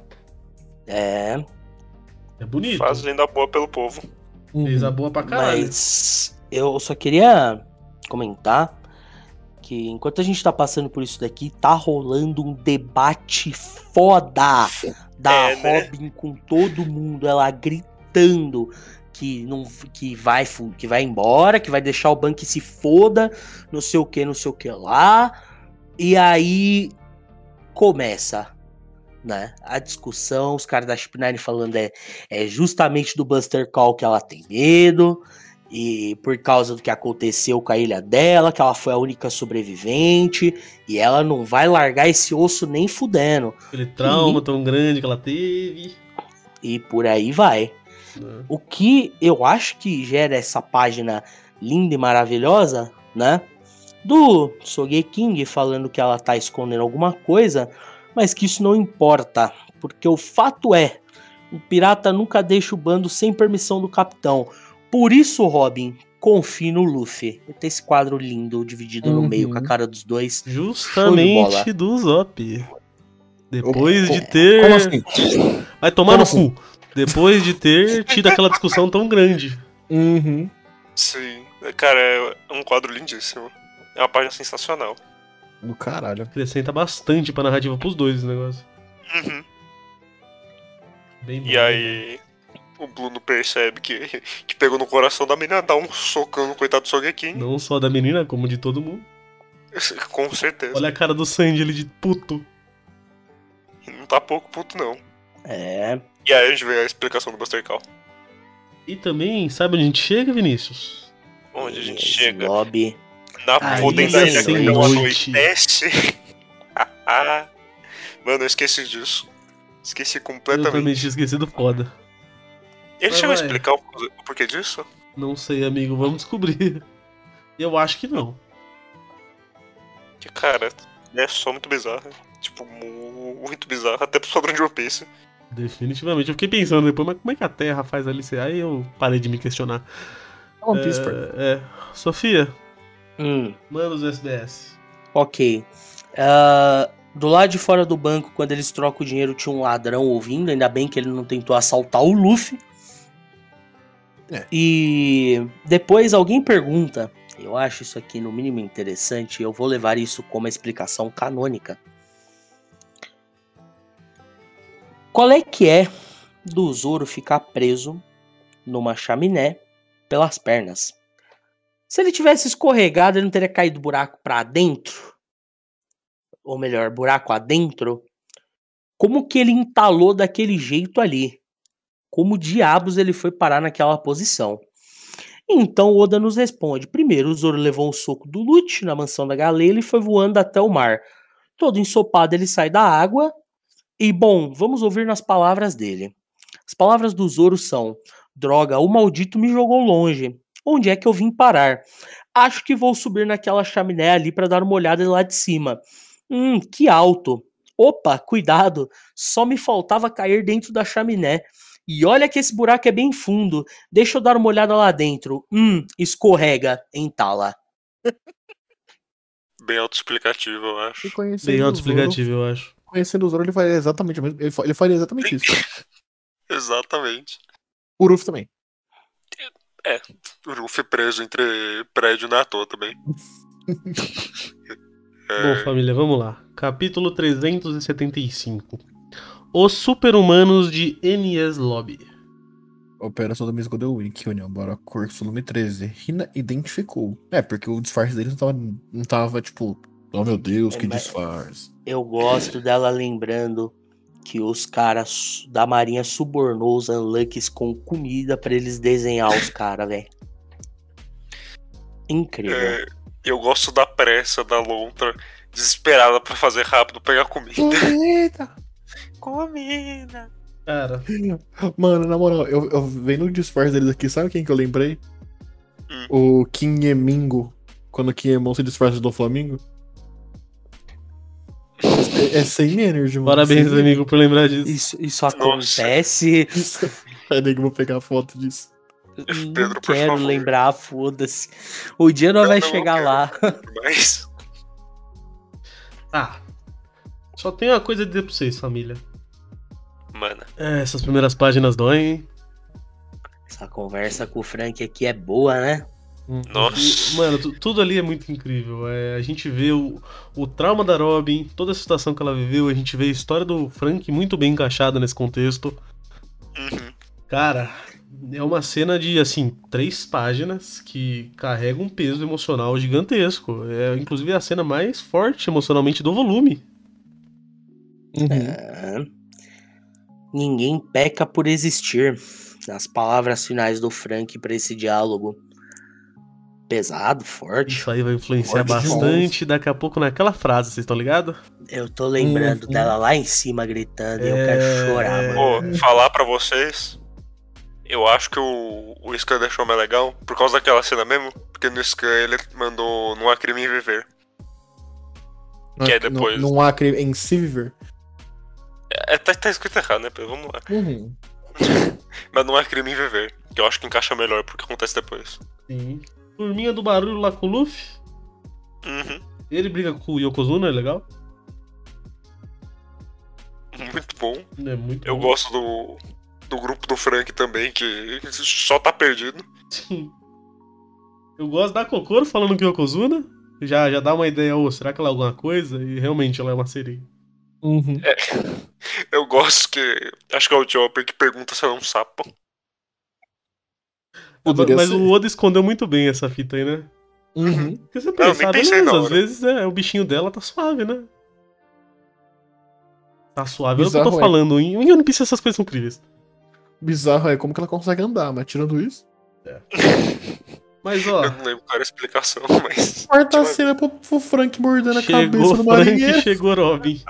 [SPEAKER 4] é,
[SPEAKER 2] É bonito.
[SPEAKER 3] Fazendo a boa pelo povo.
[SPEAKER 2] Fez a boa pra caralho.
[SPEAKER 4] mas eu só queria comentar que enquanto a gente tá passando por isso daqui, tá rolando um debate foda da
[SPEAKER 3] É, né?
[SPEAKER 4] Robin com todo mundo, ela gritando que não que vai fu- que vai embora, que vai deixar o banco se foda, não sei o que, não sei o que lá. E aí começa, né, a discussão, os caras da Chip nove falando é, é justamente do Buster Call que ela tem medo, e por causa do que aconteceu com a ilha dela, que ela foi a única sobrevivente, e ela não vai largar esse osso nem fudendo,
[SPEAKER 2] Aquele trauma
[SPEAKER 4] E-
[SPEAKER 2] tão grande que ela teve.
[SPEAKER 4] e por aí vai.
[SPEAKER 2] Né?
[SPEAKER 4] O que eu acho que gera essa página linda e maravilhosa, né? Do Sogeking falando que ela tá escondendo alguma coisa, mas que isso não importa, porque o fato é, o pirata nunca deixa o bando sem permissão do capitão. Por isso, Robin, confie no Luffy. Tem esse quadro lindo, dividido no
[SPEAKER 5] Uhum.
[SPEAKER 4] meio, com a cara dos dois. Show de bola.
[SPEAKER 2] Justamente do Zop. Depois
[SPEAKER 5] Como-
[SPEAKER 2] de ter.
[SPEAKER 5] Como assim?
[SPEAKER 2] Vai tomar
[SPEAKER 5] Como
[SPEAKER 2] no
[SPEAKER 5] assim?
[SPEAKER 2] cu. Depois de ter tido aquela discussão tão grande.
[SPEAKER 5] Uhum.
[SPEAKER 3] Sim. Cara, é um quadro lindíssimo. É uma página sensacional.
[SPEAKER 5] Do caralho.
[SPEAKER 2] Acrescenta bastante pra narrativa pros dois esse negócio.
[SPEAKER 3] Uhum.
[SPEAKER 2] Bem bom,
[SPEAKER 3] E
[SPEAKER 2] bem
[SPEAKER 3] aí, o Bruno percebe que, que pegou no coração da menina, dá um socão no coitado do
[SPEAKER 2] bom.
[SPEAKER 3] Sogeking.
[SPEAKER 2] Não só da menina, como de todo mundo.
[SPEAKER 3] Com certeza.
[SPEAKER 2] Olha a cara do Sandy ali de puto.
[SPEAKER 3] Não tá pouco puto, não.
[SPEAKER 4] É.
[SPEAKER 3] E aí a gente vê a explicação do Buster Call.
[SPEAKER 2] E também, sabe onde a gente chega, Vinícius?
[SPEAKER 3] Onde a gente
[SPEAKER 4] esse
[SPEAKER 3] chega
[SPEAKER 4] Lobby.
[SPEAKER 3] na
[SPEAKER 4] Aí
[SPEAKER 3] fodenda ilha
[SPEAKER 4] sem
[SPEAKER 3] que não
[SPEAKER 2] noite.
[SPEAKER 3] anoitece. Mano, eu esqueci disso. Esqueci
[SPEAKER 2] Eu também
[SPEAKER 3] completamente.
[SPEAKER 2] tinha esquecido foda.
[SPEAKER 3] Ele
[SPEAKER 2] Mas
[SPEAKER 3] chegou a
[SPEAKER 2] vai.
[SPEAKER 3] explicar o o porquê disso?
[SPEAKER 2] Não sei, amigo, vamos descobrir. Eu acho que não.
[SPEAKER 3] Que, cara, é só muito bizarro. Tipo, mu- muito bizarro. Até pro padrão de One Piece.
[SPEAKER 2] Definitivamente. Eu fiquei pensando depois, mas como é que a Terra faz ali? Aí eu parei de me questionar.
[SPEAKER 5] One Piece, pô.
[SPEAKER 2] É, é. Sofia,
[SPEAKER 4] Hum.
[SPEAKER 2] manda os S B S.
[SPEAKER 4] Ok. Ah, do lado de fora do banco, quando eles trocam o dinheiro, tinha um ladrão ouvindo. Ainda bem que ele não tentou assaltar o Luffy.
[SPEAKER 5] É.
[SPEAKER 4] E depois alguém pergunta. Eu acho isso aqui no mínimo interessante. Eu vou levar isso como explicação canônica. Qual é que é do Zoro ficar preso numa chaminé pelas pernas? Se ele tivesse escorregado, ele não teria caído buraco pra dentro? Ou melhor, buraco adentro? Como que ele entalou daquele jeito ali? Como diabos ele foi parar naquela posição? Então o Oda nos responde. Primeiro, o Zoro levou um soco do Lute na mansão da Galeela e foi voando até o mar. Todo ensopado ele sai da água e, bom, vamos ouvir nas palavras dele. As palavras do Zoro são: droga, o maldito me jogou longe. Onde é que eu vim parar? Acho que vou subir naquela chaminé ali para dar uma olhada lá de cima. Hum, que alto. Opa, cuidado, só me faltava cair dentro da chaminé. E olha que esse buraco é bem fundo. Deixa eu dar uma olhada lá dentro. Hum, escorrega, entala.
[SPEAKER 3] Bem autoexplicativo, eu acho.
[SPEAKER 5] E conhecendo
[SPEAKER 2] Bem
[SPEAKER 5] o Zoro,
[SPEAKER 2] autoexplicativo, eu acho.
[SPEAKER 5] conhecendo o Zoro, ele faria exatamente o mesmo. Ele fa- ele faria exatamente isso.
[SPEAKER 3] Exatamente.
[SPEAKER 5] O Ruff também.
[SPEAKER 3] O Luffy preso entre prédio não é à toa também. É,
[SPEAKER 2] Bom, família, vamos lá. Capítulo trezentos e setenta e cinco. Os Super-Humanos de Enies Lobby.
[SPEAKER 5] Operação do mesmo Golden Week, União Baracorx, volume treze. Rina identificou. É, porque o disfarce deles não tava, não tava tipo, oh meu Deus,
[SPEAKER 4] É,
[SPEAKER 5] que
[SPEAKER 4] mas-
[SPEAKER 5] disfarce.
[SPEAKER 4] Eu gosto dela lembrando que os caras da Marinha subornou os Unluckies com comida pra eles desenhar os caras, velho. Incrível.
[SPEAKER 3] É, eu gosto da pressa da lontra, desesperada pra fazer rápido, pegar comida.
[SPEAKER 5] Eita!
[SPEAKER 3] Comida.
[SPEAKER 2] Cara,
[SPEAKER 5] Mano, na moral, eu, eu vendo o disfarce deles aqui, sabe quem que eu lembrei?
[SPEAKER 3] Hum.
[SPEAKER 5] O Kinyemingo, quando o Kinemon se disfarça do Flamingo. É, é sem energy, mano.
[SPEAKER 2] parabéns,
[SPEAKER 5] sem
[SPEAKER 2] amigo, por lembrar disso.
[SPEAKER 4] Isso, isso acontece.
[SPEAKER 5] Isso. Aí nego, vou pegar a foto disso.
[SPEAKER 4] Não
[SPEAKER 3] Pedro, por
[SPEAKER 4] quero
[SPEAKER 3] favor.
[SPEAKER 4] lembrar, foda-se. O dia não,
[SPEAKER 3] Não,
[SPEAKER 4] vai
[SPEAKER 3] não, eu
[SPEAKER 4] chegar
[SPEAKER 3] quero.
[SPEAKER 4] lá.
[SPEAKER 3] Mas,
[SPEAKER 2] Ah, só tenho uma coisa a dizer pra vocês, família.
[SPEAKER 3] mano,
[SPEAKER 2] É, essas primeiras páginas doem, hein?
[SPEAKER 4] Essa conversa com o Frank aqui é boa, né?
[SPEAKER 3] Nossa.
[SPEAKER 2] E, mano, tu- tudo ali é muito incrível. É, a gente vê o, o trauma da Robin, toda a situação que ela viveu, a gente vê a história do Frank muito bem encaixada nesse contexto.
[SPEAKER 3] uhum.
[SPEAKER 2] Cara, é uma cena de, assim, três páginas que carrega um peso emocional gigantesco. É, inclusive, a cena mais forte emocionalmente do volume.
[SPEAKER 4] Ah, ninguém peca por existir. As palavras finais do Frank pra esse diálogo. Pesado, forte.
[SPEAKER 2] Isso aí vai influenciar
[SPEAKER 5] Forte
[SPEAKER 2] bastante daqui a pouco naquela frase, vocês estão ligados?
[SPEAKER 4] Eu tô lembrando
[SPEAKER 5] Uhum.
[SPEAKER 4] dela lá em cima gritando e eu
[SPEAKER 2] É,
[SPEAKER 4] quero chorar,
[SPEAKER 2] é.
[SPEAKER 4] mano.
[SPEAKER 3] Pô, falar pra vocês, eu acho que o, o Scan deixou mais legal por causa daquela cena mesmo, porque no Scan ele mandou Não Há Crime em Viver. Que é depois.
[SPEAKER 5] Não, não há crime em si viver.
[SPEAKER 3] É, tá, tá escrito errado, né, Pedro? Vamos lá.
[SPEAKER 5] Uhum.
[SPEAKER 3] Mas Não Há Crime em Viver, que eu acho que encaixa melhor porque acontece depois.
[SPEAKER 2] Sim. Turminha do barulho lá com o Luffy.
[SPEAKER 3] Uhum.
[SPEAKER 2] Ele briga com o Yokozuna, é legal?
[SPEAKER 3] Muito bom.
[SPEAKER 2] É muito
[SPEAKER 3] Eu
[SPEAKER 2] bom.
[SPEAKER 3] gosto do, do grupo do Frank também, que só tá perdido.
[SPEAKER 2] Sim. Eu gosto da Kokoro falando que o Yokozuna. Já, já dá uma ideia, ô, será que ela é alguma coisa? E realmente ela é uma sereia.
[SPEAKER 5] Uhum.
[SPEAKER 3] Eu gosto que. Acho que é o Chopper que pergunta se ela é um sapo.
[SPEAKER 5] Poderia
[SPEAKER 2] Mas
[SPEAKER 5] ser.
[SPEAKER 2] o Oda escondeu muito bem essa fita aí, né?
[SPEAKER 5] Uhum.
[SPEAKER 2] Porque você
[SPEAKER 3] Não, nem
[SPEAKER 2] pensa,
[SPEAKER 3] pensei
[SPEAKER 2] beleza,
[SPEAKER 3] na
[SPEAKER 2] às
[SPEAKER 3] hora.
[SPEAKER 2] vezes é, o bichinho dela tá suave, né? Tá suave, é o que eu
[SPEAKER 5] Bizarro
[SPEAKER 2] tô
[SPEAKER 5] é.
[SPEAKER 2] falando. Em em One Piece essas coisas são incríveis.
[SPEAKER 5] Bizarro é como que ela consegue andar, mas tirando isso.
[SPEAKER 2] Mas ó,
[SPEAKER 3] Eu não lembro qual era a explicação, mas.
[SPEAKER 5] Quarta
[SPEAKER 3] Tipo,
[SPEAKER 5] cena pro, pro Frank mordendo a
[SPEAKER 2] chegou
[SPEAKER 5] cabeça do
[SPEAKER 2] Frank,
[SPEAKER 5] marinheiro.
[SPEAKER 2] chegou Robin.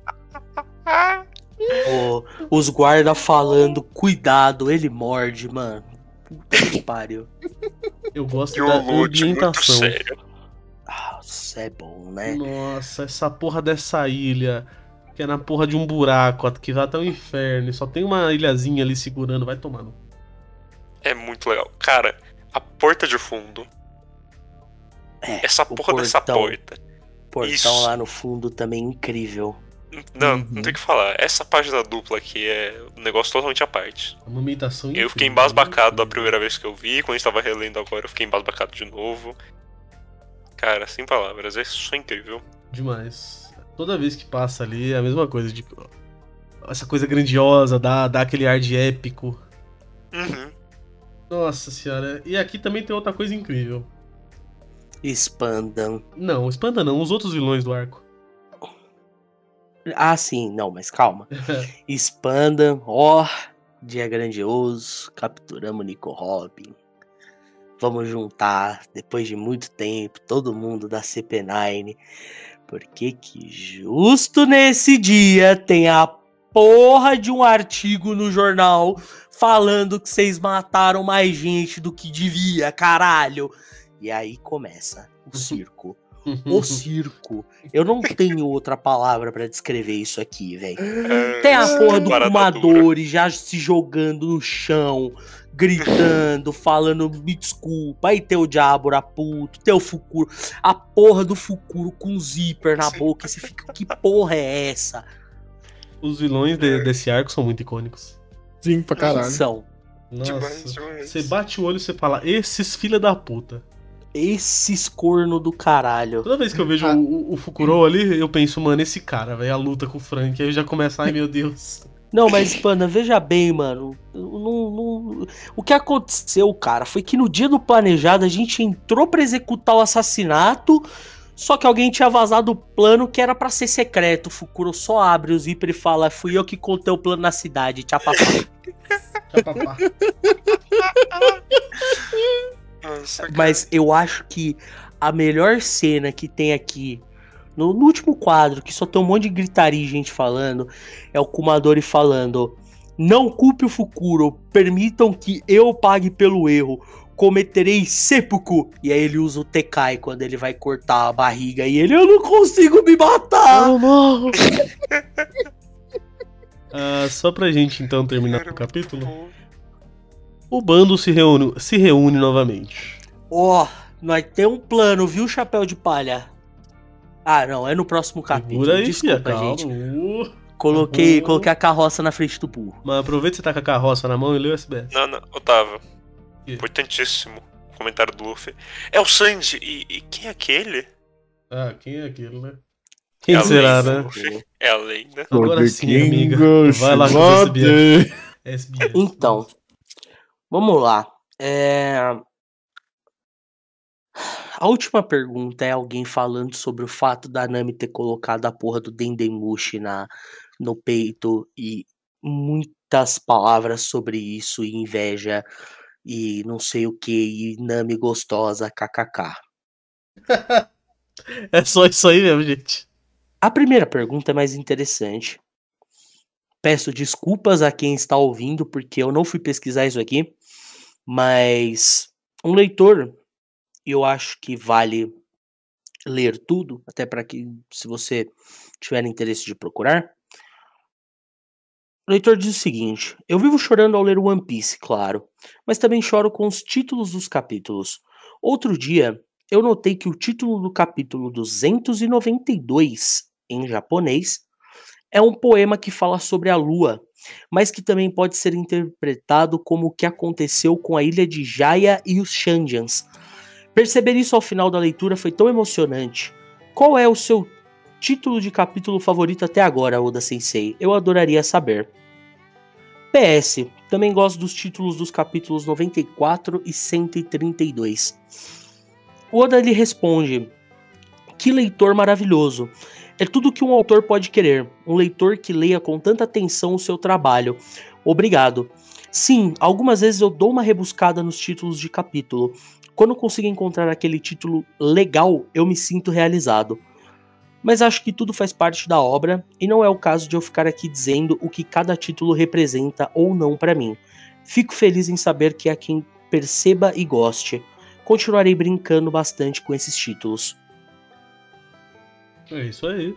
[SPEAKER 4] Ô, os guarda falando, cuidado, ele morde, mano. Puta que pariu.
[SPEAKER 2] Eu gosto
[SPEAKER 3] E o
[SPEAKER 2] da
[SPEAKER 3] Lute muito
[SPEAKER 2] ambientação.
[SPEAKER 3] sério.
[SPEAKER 4] Ah, isso é bom, né?
[SPEAKER 2] Nossa, essa porra dessa ilha, que é na porra de um buraco, que vai até o inferno, e só tem uma ilhazinha ali segurando, vai tomando.
[SPEAKER 3] É muito legal. Cara, a porta de fundo.
[SPEAKER 4] É,
[SPEAKER 3] Essa
[SPEAKER 4] o
[SPEAKER 3] porra dessa
[SPEAKER 4] portão.
[SPEAKER 3] porta.
[SPEAKER 4] Portão
[SPEAKER 3] isso.
[SPEAKER 4] lá no fundo também incrível.
[SPEAKER 3] Não,
[SPEAKER 5] Uhum.
[SPEAKER 3] não tem o que falar. Essa página dupla aqui é um negócio totalmente à parte.
[SPEAKER 2] É uma ambientação
[SPEAKER 3] Eu fiquei
[SPEAKER 2] incrível,
[SPEAKER 3] embasbacado da
[SPEAKER 2] incrível.
[SPEAKER 3] primeira vez que eu vi, quando a gente tava relendo agora, eu fiquei embasbacado de novo. Cara, sem palavras, é só incrível.
[SPEAKER 2] Demais. Toda vez que passa ali é a mesma coisa, de essa coisa grandiosa, dá, dá aquele ar de épico.
[SPEAKER 3] Uhum.
[SPEAKER 2] Nossa senhora. E aqui também tem outra coisa incrível.
[SPEAKER 4] Expandam.
[SPEAKER 2] Não, espanta não, os outros vilões do arco.
[SPEAKER 4] Ah, sim, não, mas calma. Expandam, ó, dia grandioso, capturamos Nico Robin. Vamos juntar, depois de muito tempo, todo mundo da C P nove. Porque que justo nesse dia tem a porra de um artigo no jornal falando que vocês mataram mais gente do que devia, caralho. E aí começa o circo. O circo. Eu não tenho outra palavra pra descrever isso aqui, velho.
[SPEAKER 3] É,
[SPEAKER 4] Tem a porra do
[SPEAKER 3] parada dura.
[SPEAKER 4] Kumadori já se jogando no chão, gritando, falando me desculpa. Aí tem o Diabora puto, tem o Fukuro. A porra do Fukuro com zíper na
[SPEAKER 3] Sim.
[SPEAKER 4] boca. E você fica, que porra é essa?
[SPEAKER 2] Os vilões de- desse arco são muito icônicos.
[SPEAKER 5] Sim, pra caralho.
[SPEAKER 4] São
[SPEAKER 2] Nossa,
[SPEAKER 3] Demais, demais.
[SPEAKER 2] você bate o olho e você fala, esses filha da puta.
[SPEAKER 4] esses corno do caralho.
[SPEAKER 2] Toda vez que eu vejo
[SPEAKER 5] Ah.
[SPEAKER 2] o, o Fukuro ali, eu penso, mano, esse cara, velho, a luta com o Frank, aí eu já começo, ai meu Deus.
[SPEAKER 4] Não, mas, Panda, veja bem, mano. Não, não... O que aconteceu, cara, foi que no dia do planejado a gente entrou pra executar o assassinato, só que alguém tinha vazado o plano que era pra ser secreto. O Fukuro só abre o zíper e fala: fui eu que contei o plano na cidade, tchapapá.
[SPEAKER 2] Tchapapá.
[SPEAKER 3] Nossa,
[SPEAKER 4] Mas eu acho que a melhor cena que tem aqui, no, no último quadro, que só tem um monte de gritaria e gente falando, é o Kumadori falando: não culpe o Fukuro, permitam que eu pague pelo erro, cometerei seppuku. E aí ele usa o Tekai quando ele vai cortar a barriga e ele: eu não consigo me matar.
[SPEAKER 2] Eu morro. Ah, só pra gente então terminar o capítulo, o bando se reúne, se reúne novamente.
[SPEAKER 4] Ó, oh, nós temos um plano, viu, Chapéu de Palha? Ah, não, é no próximo capítulo.
[SPEAKER 2] Segura aí,
[SPEAKER 4] Desculpa,
[SPEAKER 2] filha, calma.
[SPEAKER 4] gente.
[SPEAKER 2] Uh,
[SPEAKER 4] Coloquei,
[SPEAKER 2] uhum.
[SPEAKER 4] coloquei a carroça na frente do burro.
[SPEAKER 2] Mas aproveita que você tá com a carroça na mão e lê o S B S.
[SPEAKER 3] Não, não, Otávio.
[SPEAKER 2] Que?
[SPEAKER 3] Importantíssimo. Comentário do Luffy. É o Sanji. E, e quem é aquele?
[SPEAKER 2] Ah, quem é aquele, né? Quem
[SPEAKER 3] é
[SPEAKER 2] será,
[SPEAKER 3] lenda,
[SPEAKER 2] né?
[SPEAKER 3] Luffy. É a lenda.
[SPEAKER 2] Agora sim, amiga. Vai lá com o S B S. S B S.
[SPEAKER 4] Então, vamos lá. É... A última pergunta é alguém falando sobre o fato da Nami ter colocado a porra do Dendemushi na, no peito e muitas palavras sobre isso e inveja e não sei o que, e Nami gostosa, kkk.
[SPEAKER 2] É só isso aí mesmo, gente.
[SPEAKER 4] A primeira pergunta é mais interessante. Peço desculpas a quem está ouvindo, porque eu não fui pesquisar isso aqui, mas um leitor, eu acho que vale ler tudo, até para que, se você tiver interesse de procurar. O leitor diz o seguinte: eu vivo chorando ao ler One Piece, claro, mas também choro com os títulos dos capítulos. Outro dia, eu notei que o título do capítulo duzentos e noventa e dois, em japonês, é um poema que fala sobre a lua, mas que também pode ser interpretado como o que aconteceu com a ilha de Jaya e os Shandians. Perceber isso ao final da leitura foi tão emocionante. Qual é o seu título de capítulo favorito até agora, Oda Sensei? Eu adoraria saber. P S. Também gosto dos títulos dos capítulos noventa e quatro e cento e trinta e dois. O Oda lhe responde: que leitor maravilhoso. É tudo que um autor pode querer. Um leitor que leia com tanta atenção o seu trabalho. Obrigado. Sim, algumas vezes eu dou uma rebuscada nos títulos de capítulo. Quando consigo encontrar aquele título legal, eu me sinto realizado. Mas acho que tudo faz parte da obra e não é o caso de eu ficar aqui dizendo o que cada título representa ou não para mim. Fico feliz em saber que há quem perceba e goste. Continuarei brincando bastante com esses títulos.
[SPEAKER 2] É isso aí.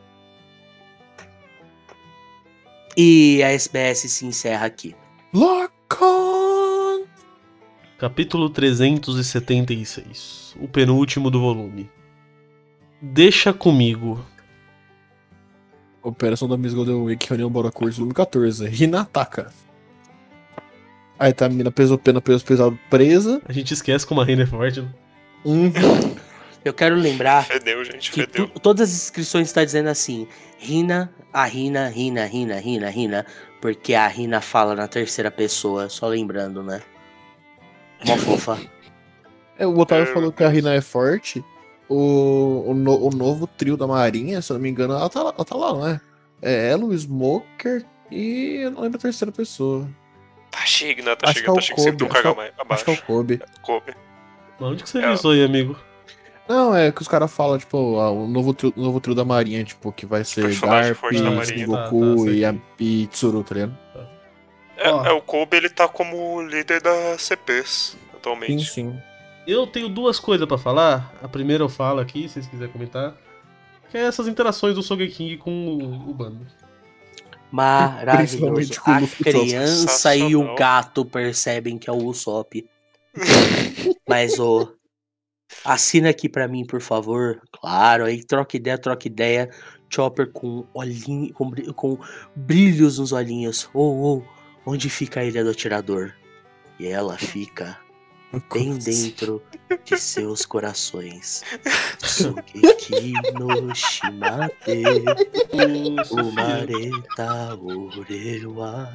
[SPEAKER 4] E a S B S se encerra aqui.
[SPEAKER 5] Lock on!
[SPEAKER 2] Capítulo trezentos e setenta e seis. O penúltimo do volume. Deixa comigo.
[SPEAKER 5] Operação da Miss Golden Week, reunião Bora Curso, volume quatorze. Hinataka. Aí tá a menina peso pena, peso pesado, presa.
[SPEAKER 2] A gente esquece como a Reina é forte, né?
[SPEAKER 5] Uhum.
[SPEAKER 4] Eu quero lembrar
[SPEAKER 3] Fedeu, gente,
[SPEAKER 4] que
[SPEAKER 3] fedeu.
[SPEAKER 4] tu, todas as inscrições estão dizendo assim: Rina, a Rina, Rina, Rina, Rina, Rina, porque a Rina fala na terceira pessoa, só lembrando, né? Mó fofa.
[SPEAKER 5] É, o Otávio
[SPEAKER 3] É,
[SPEAKER 5] falou que a Rina é forte. O, o, no- o novo trio da Marinha, se eu não me engano, ela tá, lá- ela tá lá, não é? É ela, o Smoker e eu não lembro a terceira pessoa.
[SPEAKER 3] Tá chique, né? Tá
[SPEAKER 5] Acho
[SPEAKER 3] chique,
[SPEAKER 5] que é o
[SPEAKER 3] tá chique. Sempre tem um
[SPEAKER 5] Kobe, acho
[SPEAKER 3] carga
[SPEAKER 5] que é
[SPEAKER 3] mais
[SPEAKER 5] Acho que é o
[SPEAKER 3] abaixo.
[SPEAKER 5] Kobe.
[SPEAKER 3] Kobe.
[SPEAKER 2] Mas onde que você
[SPEAKER 3] É.
[SPEAKER 2] viu isso aí, amigo?
[SPEAKER 5] Não, é que os caras falam, tipo, ah, o novo trio, o novo trio da Marinha, tipo, que vai ser
[SPEAKER 3] personagem
[SPEAKER 5] Garp,
[SPEAKER 3] forte
[SPEAKER 2] da
[SPEAKER 5] Son
[SPEAKER 2] Marinha.
[SPEAKER 5] Goku
[SPEAKER 2] Tá, tá,
[SPEAKER 5] e, a,
[SPEAKER 2] sei.
[SPEAKER 5] e Tsuru, tá ligado?
[SPEAKER 3] É,
[SPEAKER 2] Ó.
[SPEAKER 3] é, o Kobe, ele tá como líder da C Ps
[SPEAKER 5] Sim,
[SPEAKER 3] atualmente.
[SPEAKER 5] sim.
[SPEAKER 2] Eu tenho duas coisas pra falar. A primeira eu falo aqui, se vocês quiserem comentar. Que é essas interações do Sogeking com o, o bando.
[SPEAKER 4] Maravilhoso.
[SPEAKER 5] Principalmente com o
[SPEAKER 4] A
[SPEAKER 5] Luffy
[SPEAKER 4] criança e o
[SPEAKER 3] Sensacional.
[SPEAKER 4] gato percebem que é o Usopp. Mas, ô, assina aqui pra mim, por favor. Claro, aí troca ideia, troca ideia. Chopper com olhinho, com, bri- com brilhos nos olhinhos. Ô, ô, onde fica a ilha do atirador? E ela fica bem dentro de seus corações. Sugeki no Shimate, Umareta Orewa,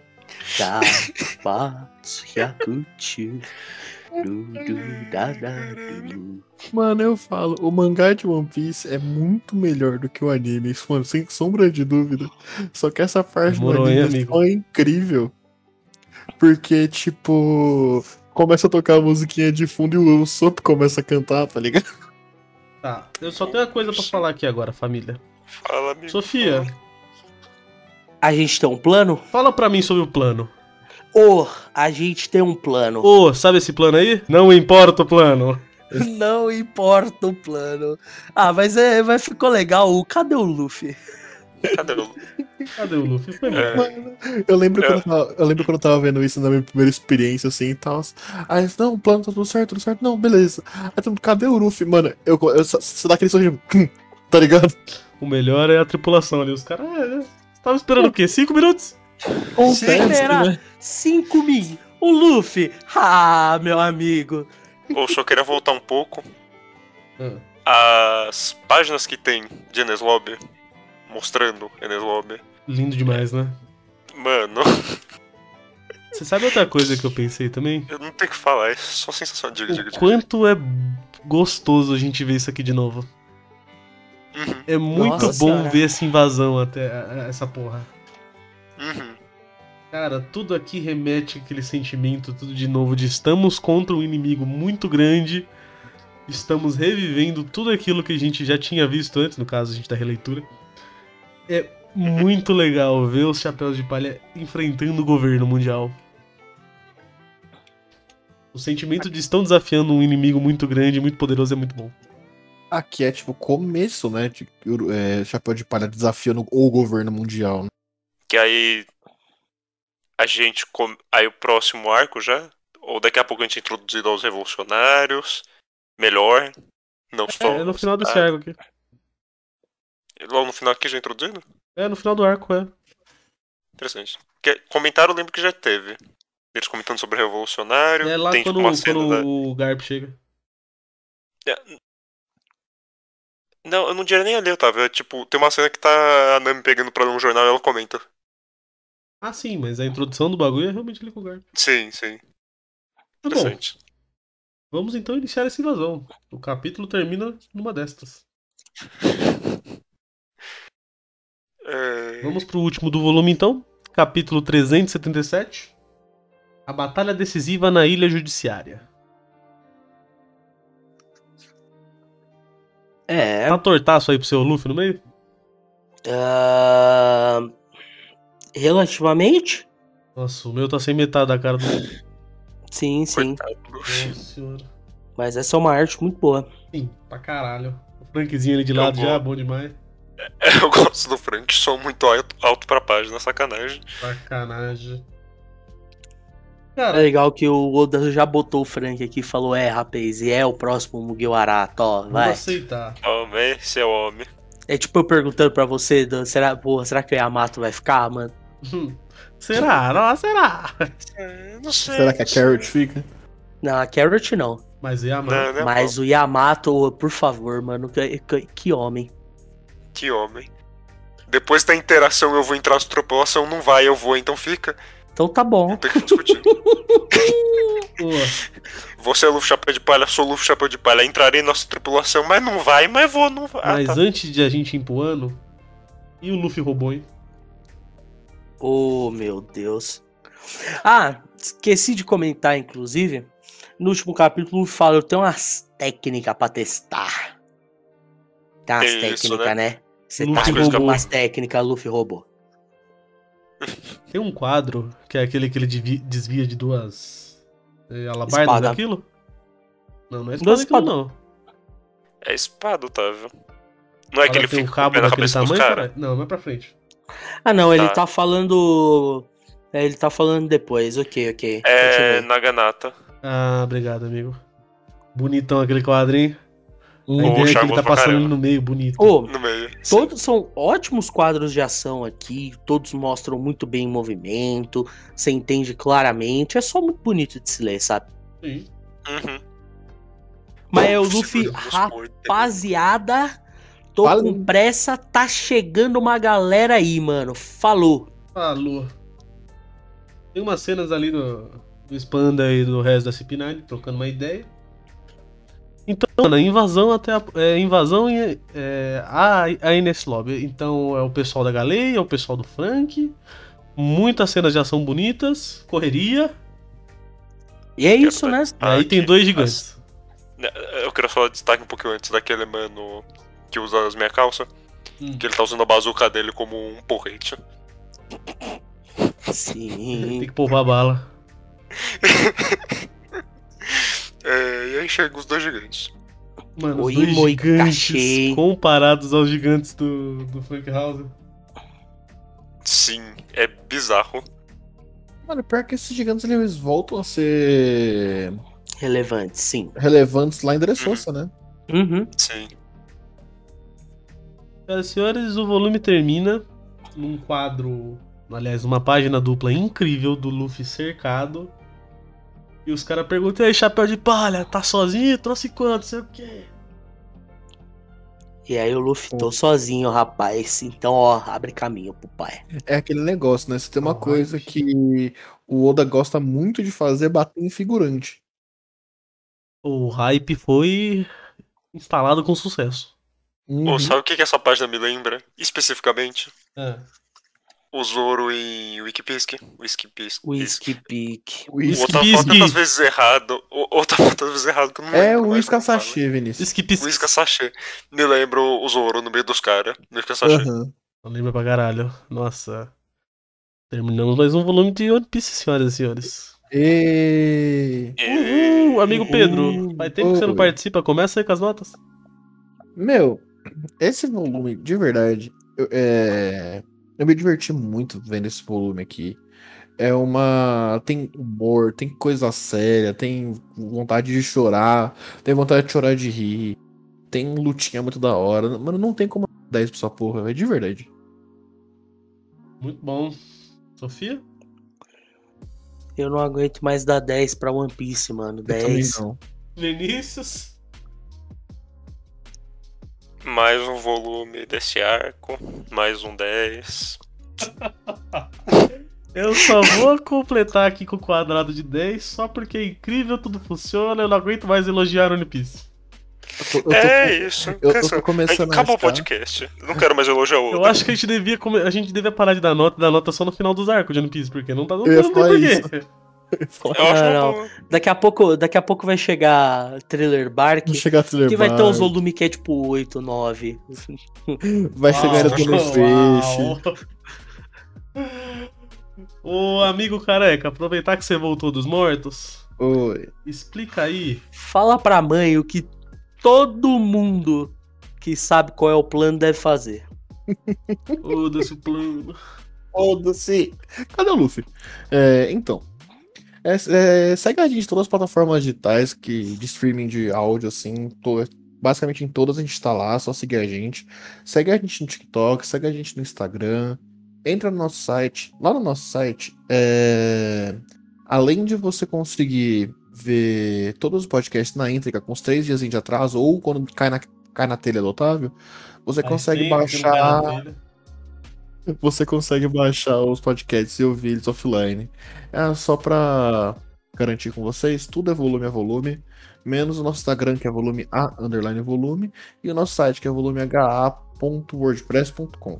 [SPEAKER 4] Dabatsu Hyakuchu, Dudu Dadadu.
[SPEAKER 5] Mano, eu falo, o mangá de One Piece é muito melhor do que o anime, isso, mano, sem sombra de dúvida. Só que essa parte
[SPEAKER 2] Demorou,
[SPEAKER 5] do
[SPEAKER 2] hein,
[SPEAKER 5] anime é
[SPEAKER 2] amigo?
[SPEAKER 5] só incrível. Porque, tipo, começa a tocar a musiquinha de fundo e o Usopp começa a cantar, tá ligado?
[SPEAKER 2] Tá, eu só tenho uma coisa pra falar aqui agora, família.
[SPEAKER 3] Fala, amigo.
[SPEAKER 2] Sofia,
[SPEAKER 4] A gente tem um plano?
[SPEAKER 2] fala pra mim sobre o plano.
[SPEAKER 4] Ô, a gente tem um plano.
[SPEAKER 2] Ô, sabe esse plano aí? Não importa o plano.
[SPEAKER 4] Não importa o plano. Ah, mas é, mas ficou legal. Cadê o Luffy?
[SPEAKER 3] Cadê o...
[SPEAKER 2] Cadê o Luffy? Foi
[SPEAKER 3] É.
[SPEAKER 2] embora.
[SPEAKER 5] Eu lembro,
[SPEAKER 3] É.
[SPEAKER 5] quando eu, tava, eu lembro quando eu tava vendo isso na minha primeira experiência, assim, e tal. Aí, não, o plano tá tudo certo, tudo certo. Não, beleza. Aí, todo mundo, cadê o Luffy? Mano, eu, eu, só- você dá aquele sorriso, tá ligado?
[SPEAKER 2] O melhor é a tripulação ali. Os caras. É, é. Tava esperando o quê? Cinco minutos?
[SPEAKER 5] Acontece,
[SPEAKER 4] Será?
[SPEAKER 5] né?
[SPEAKER 4] Cinco mil. O Luffy. Ah, meu amigo.
[SPEAKER 3] Eu só queria voltar um pouco.
[SPEAKER 2] Ah,
[SPEAKER 3] As páginas que tem de Enies Lobby, mostrando Enies Lobby.
[SPEAKER 2] lindo demais, né?
[SPEAKER 3] Mano,
[SPEAKER 2] Você sabe outra coisa que eu pensei também?
[SPEAKER 3] eu não tenho o que falar, é só sensação. Diga, diga,
[SPEAKER 2] O
[SPEAKER 3] diga.
[SPEAKER 2] quanto é gostoso a gente ver isso aqui de novo.
[SPEAKER 3] Uhum,
[SPEAKER 2] É muito
[SPEAKER 4] Nossa
[SPEAKER 2] bom
[SPEAKER 4] senhora.
[SPEAKER 2] ver essa invasão até a- a- essa porra.
[SPEAKER 3] uhum.
[SPEAKER 2] Cara, tudo aqui remete àquele sentimento, tudo de novo, de estamos contra um inimigo muito grande, estamos revivendo tudo aquilo que a gente já tinha visto antes, no caso a gente da releitura. É muito legal ver os Chapéus de Palha enfrentando o governo mundial. O sentimento de estão desafiando um inimigo muito grande, muito poderoso é muito bom.
[SPEAKER 5] Aqui é tipo o começo, né? De é, Chapéu de Palha desafiando o governo mundial, né?
[SPEAKER 3] Que aí a gente. Com... Aí o próximo arco já. Ou daqui a pouco a gente é introduzido aos revolucionários. Melhor. Não só.
[SPEAKER 2] É, é no final desse
[SPEAKER 3] ah,
[SPEAKER 2] arco aqui.
[SPEAKER 3] Logo no final aqui já é introduzido?
[SPEAKER 2] É, no final do arco, é.
[SPEAKER 3] Interessante. Que, comentário eu lembro que já teve. Eles comentando sobre o revolucionário.
[SPEAKER 2] É lá
[SPEAKER 3] tem
[SPEAKER 2] quando,
[SPEAKER 3] tipo uma cena
[SPEAKER 2] quando
[SPEAKER 3] da.
[SPEAKER 2] o Garp chega.
[SPEAKER 3] Não, eu não diria nem ali, Otávio. É tipo, tem uma cena que tá a Nami pegando pra ler um jornal e ela comenta.
[SPEAKER 2] Ah, sim, mas a introdução do bagulho é realmente ali com o Garp.
[SPEAKER 3] Sim, sim.
[SPEAKER 2] Tá bom,
[SPEAKER 3] Interessante.
[SPEAKER 2] vamos então iniciar essa invasão. O capítulo termina numa destas.
[SPEAKER 3] É...
[SPEAKER 2] Vamos pro último do volume então. Capítulo trezentos e setenta e sete. A batalha decisiva na Ilha Judiciária.
[SPEAKER 4] É.
[SPEAKER 2] Tá tortaço aí pro seu Luffy no meio?
[SPEAKER 4] ah, relativamente?
[SPEAKER 2] Nossa, o meu tá sem metade da cara do Luffy.
[SPEAKER 4] Sim, sim.
[SPEAKER 3] Coitado do Luffy.
[SPEAKER 2] Nossa senhora.
[SPEAKER 4] Mas essa é uma arte muito boa.
[SPEAKER 2] Sim, pra caralho. O Frankzinho ali de
[SPEAKER 3] Eu
[SPEAKER 2] lado
[SPEAKER 3] vou.
[SPEAKER 2] já, bom demais.
[SPEAKER 3] Eu gosto do Frank, sou muito alto, alto pra página, sacanagem.
[SPEAKER 2] Sacanagem.
[SPEAKER 4] É
[SPEAKER 2] Cara,
[SPEAKER 4] legal que o Oda já botou o Frank aqui e falou: é, rapaz, e é o próximo Mugiwara, tó,
[SPEAKER 2] vou
[SPEAKER 4] vai.
[SPEAKER 2] aceitar.
[SPEAKER 3] Homem, esse é o homem.
[SPEAKER 4] É tipo eu perguntando pra você: do- será, porra, será que o Yamato vai ficar, mano?
[SPEAKER 2] Será? Não, será?
[SPEAKER 3] É, não sei.
[SPEAKER 5] Será que a Carrot fica?
[SPEAKER 4] Não, a Carrot não.
[SPEAKER 2] Mas o Yamato.
[SPEAKER 3] Não, não,
[SPEAKER 4] Mas o Yamato, por favor, mano, que, que, que homem.
[SPEAKER 3] Que homem. Depois da interação eu vou entrar na sua tripulação, não vai, eu vou, então fica.
[SPEAKER 4] Então tá bom.
[SPEAKER 3] Não tem que discutir.
[SPEAKER 2] Pô,
[SPEAKER 3] Você é Luffy Chapéu de Palha, sou Luffy Chapéu de Palha, entrarei na nossa tripulação, mas não vai, mas vou, não vai. Ah,
[SPEAKER 2] mas
[SPEAKER 3] tá.
[SPEAKER 2] antes de a gente ir pro ano, e o Luffy roubou, hein?
[SPEAKER 4] Oh, meu Deus. Ah, esqueci de comentar, inclusive. No último capítulo, o Luffy fala: eu tenho umas técnicas pra testar. Tem umas
[SPEAKER 3] Tem isso,
[SPEAKER 4] técnicas, né? Você
[SPEAKER 2] Luffy
[SPEAKER 4] tá
[SPEAKER 2] roubou.
[SPEAKER 4] com umas técnicas, Luffy roubou.
[SPEAKER 2] Tem um quadro, que é aquele que ele devi- desvia de duas é, alabardas
[SPEAKER 4] Espada.
[SPEAKER 2] daquilo? Não, não é
[SPEAKER 4] Duas
[SPEAKER 2] espada daquilo,
[SPEAKER 4] espadas.
[SPEAKER 2] não.
[SPEAKER 3] É espada, Otávio. Não é que ele
[SPEAKER 2] Ela tem
[SPEAKER 3] fica
[SPEAKER 2] um
[SPEAKER 3] com o
[SPEAKER 2] cabo
[SPEAKER 3] pé na
[SPEAKER 2] daquele
[SPEAKER 3] cabeça dos
[SPEAKER 2] tamanho,
[SPEAKER 3] caras?
[SPEAKER 2] cara? Não, não é pra frente.
[SPEAKER 4] Ah, não, ele
[SPEAKER 3] Tá.
[SPEAKER 4] tá falando. é, Ele tá falando depois, ok, ok.
[SPEAKER 3] É
[SPEAKER 4] Continue.
[SPEAKER 3] Naganata.
[SPEAKER 2] Ah, obrigado, amigo. Bonitão aquele quadrinho. A
[SPEAKER 5] Hum,
[SPEAKER 2] ideia é que ele
[SPEAKER 3] charmoso
[SPEAKER 2] tá
[SPEAKER 3] pra
[SPEAKER 2] passando
[SPEAKER 3] caramba.
[SPEAKER 2] ali no meio, bonito.
[SPEAKER 4] Ô,
[SPEAKER 3] No meio.
[SPEAKER 4] todos são ótimos quadros de ação aqui, todos mostram muito bem o movimento, você entende claramente, é só muito bonito de se ler, sabe?
[SPEAKER 2] Sim.
[SPEAKER 3] Uhum.
[SPEAKER 4] Mas é o Luffy,
[SPEAKER 3] Segura nos cortes.
[SPEAKER 4] rapaziada, tô
[SPEAKER 5] Fala.
[SPEAKER 4] com pressa, tá chegando uma galera aí, mano. Falou.
[SPEAKER 2] Falou. Tem umas cenas ali do, do Spanda e do resto da C P nove, trocando uma ideia. Então, mano, a invasão até a, é, invasão e é, a, a Ines Lobby. Então é o pessoal da Galeia, é o pessoal do Frank. Muitas cenas de ação bonitas, correria.
[SPEAKER 4] E é isso, né?
[SPEAKER 2] E aí tem dois gigantes.
[SPEAKER 3] Eu quero só destaque um pouquinho antes daquele mano que usa as minhas calças.
[SPEAKER 2] Hum.
[SPEAKER 3] Que ele tá usando a bazuca dele como um porrete.
[SPEAKER 2] Tem
[SPEAKER 4] Sim.
[SPEAKER 2] que poupar a bala.
[SPEAKER 3] É, e aí chegam os dois gigantes.
[SPEAKER 2] Mano, os
[SPEAKER 4] Oi,
[SPEAKER 2] dois
[SPEAKER 4] moi
[SPEAKER 2] gigantes
[SPEAKER 4] cachê.
[SPEAKER 2] comparados aos gigantes do, do Frank House.
[SPEAKER 3] Sim, é bizarro.
[SPEAKER 5] Mano, pior que esses gigantes eles voltam a ser
[SPEAKER 4] Relevante, sim.
[SPEAKER 5] relevantes lá em Dressrosa, né?
[SPEAKER 4] Uhum.
[SPEAKER 3] Sim.
[SPEAKER 2] Senhoras e senhores, o volume termina num quadro, aliás, uma página dupla incrível do Luffy cercado. E os caras perguntam, e aí, chapéu de palha, tá sozinho? Trouxe quanto? Sei o quê?
[SPEAKER 4] E aí o Luffy, tô sozinho, rapaz. Então, ó, abre caminho pro pai.
[SPEAKER 5] É aquele negócio, né? Se tem uma
[SPEAKER 2] Oh,
[SPEAKER 5] coisa que o Oda gosta muito de fazer, é bater em figurante.
[SPEAKER 2] O hype foi instalado com sucesso.
[SPEAKER 5] Uhum.
[SPEAKER 3] Ô, sabe o que, que essa página me lembra? Especificamente?
[SPEAKER 2] É.
[SPEAKER 3] O Zoro em Wikipedia. Wikipedia.
[SPEAKER 4] Whisky Peak.
[SPEAKER 5] O
[SPEAKER 3] O
[SPEAKER 5] Whisky-
[SPEAKER 3] outro tá falando tantas vezes errado. O outro tá falando tantas vezes errado que eu não
[SPEAKER 5] É
[SPEAKER 3] lembro
[SPEAKER 5] o
[SPEAKER 3] mais
[SPEAKER 5] Whisky
[SPEAKER 3] como fala.
[SPEAKER 5] Sachê, Vinícius.
[SPEAKER 2] Skip
[SPEAKER 3] O Whisky Sachê. Me lembra o Zoro no meio dos caras. No Whisky Sachê.
[SPEAKER 5] Aham.
[SPEAKER 2] Não lembra pra caralho. Nossa. Terminamos mais um volume de One Piece, senhoras e senhores.
[SPEAKER 5] E...
[SPEAKER 2] Uhul, amigo Pedro.
[SPEAKER 5] Uhul.
[SPEAKER 2] Faz tempo que você não
[SPEAKER 5] Oi.
[SPEAKER 2] participa. Começa aí com as notas.
[SPEAKER 5] Meu, esse volume, de verdade, eu, é... eu me diverti muito vendo esse volume aqui. É uma. Tem humor, tem coisa séria, tem vontade de chorar, tem vontade de chorar de rir, tem lutinha muito da hora. Mano, não tem como dar isso pra essa porra, é de verdade.
[SPEAKER 2] Muito bom. Sofia?
[SPEAKER 4] Eu não aguento mais dar dez pra One Piece, mano.
[SPEAKER 5] Eu também
[SPEAKER 4] dez.
[SPEAKER 5] não.
[SPEAKER 2] Vinícius?
[SPEAKER 3] Mais um volume desse arco. Mais um dez.
[SPEAKER 2] Eu só vou completar aqui com o quadrado de dez só porque é incrível, tudo funciona. Eu não aguento mais elogiar One Piece.
[SPEAKER 5] Eu tô, eu tô-
[SPEAKER 3] É isso.
[SPEAKER 5] eu tô
[SPEAKER 3] Cansou.
[SPEAKER 5] começando a
[SPEAKER 3] Acabou o
[SPEAKER 5] achar-
[SPEAKER 3] podcast. Eu não quero mais elogiar o
[SPEAKER 2] Eu
[SPEAKER 3] outro.
[SPEAKER 2] acho que a gente devia, come- a gente devia parar de dar nota, dar nota só no final dos arcos de One Piece, porque não tá dando
[SPEAKER 5] Eu ia
[SPEAKER 2] não tem
[SPEAKER 5] falar
[SPEAKER 2] porquê.
[SPEAKER 5] isso.
[SPEAKER 3] Eu acho
[SPEAKER 4] Não,
[SPEAKER 3] uma
[SPEAKER 4] não.
[SPEAKER 3] boa.
[SPEAKER 4] Daqui a pouco, daqui a pouco vai chegar Thriller Bark.
[SPEAKER 5] Não chegar a Thriller
[SPEAKER 4] Que vai ter
[SPEAKER 5] Bark,
[SPEAKER 4] uns volumes que é tipo oito, nove.
[SPEAKER 5] vai chegar ainda do Peixe.
[SPEAKER 2] Ô amigo careca, aproveitar que você voltou dos mortos,
[SPEAKER 5] Oi.
[SPEAKER 2] explica aí.
[SPEAKER 4] Fala pra mãe o que todo mundo que sabe qual é o plano deve fazer.
[SPEAKER 2] Foda-se o plano.
[SPEAKER 5] Foda-se. Cadê o Luffy? É, então. É, é, segue a gente em todas as plataformas digitais que, de streaming de áudio, assim. To- basicamente em todas a gente tá lá, só seguir a gente. Segue a gente no TikTok, segue a gente no Instagram. Entra no nosso site. Lá no nosso site, é, além de você conseguir ver todos os podcasts na íntegra com os três dias de atraso, ou quando cai na, cai na telha do Otávio, você
[SPEAKER 2] Faz
[SPEAKER 5] consegue
[SPEAKER 2] tempo que não cai na
[SPEAKER 5] baixar.
[SPEAKER 2] telha.
[SPEAKER 5] Você consegue baixar os podcasts e ouvir eles offline. É só pra garantir com vocês, tudo é volume a volume, menos o nosso Instagram, que é volume A, underline volume, e o nosso site, que é volume h a ponto wordpress ponto com.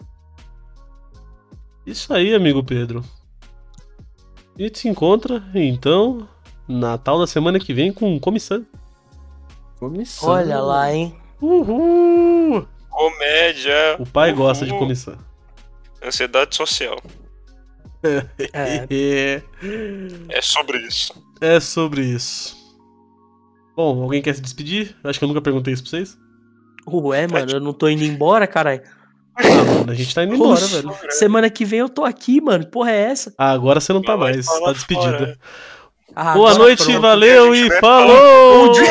[SPEAKER 2] Isso aí, amigo Pedro. A gente se encontra, então, Natal da semana que vem com comissão.
[SPEAKER 5] Comissão.
[SPEAKER 4] Olha lá, hein?
[SPEAKER 2] Uhul!
[SPEAKER 3] Comédia.
[SPEAKER 2] O pai gosta de
[SPEAKER 3] Uhul.
[SPEAKER 2] comissão.
[SPEAKER 3] Ansiedade social.
[SPEAKER 4] É.
[SPEAKER 2] É,
[SPEAKER 3] É sobre isso.
[SPEAKER 2] é sobre isso. Bom, alguém quer se despedir? Acho que eu nunca perguntei isso pra vocês.
[SPEAKER 4] Ué, mano, eu não tô indo embora, caralho.
[SPEAKER 2] Ah, mano, a gente tá indo embora,
[SPEAKER 4] Oxi.
[SPEAKER 2] velho.
[SPEAKER 4] Semana que vem eu tô aqui, mano. Porra, é essa?
[SPEAKER 2] Ah, agora você não tá
[SPEAKER 3] Vai
[SPEAKER 2] mais,
[SPEAKER 3] falar
[SPEAKER 2] tá despedida.
[SPEAKER 3] fora.
[SPEAKER 4] Ah,
[SPEAKER 2] Boa
[SPEAKER 4] agora
[SPEAKER 2] noite,
[SPEAKER 4] pronto.
[SPEAKER 2] valeu
[SPEAKER 3] A gente
[SPEAKER 2] e
[SPEAKER 3] vai
[SPEAKER 2] falou!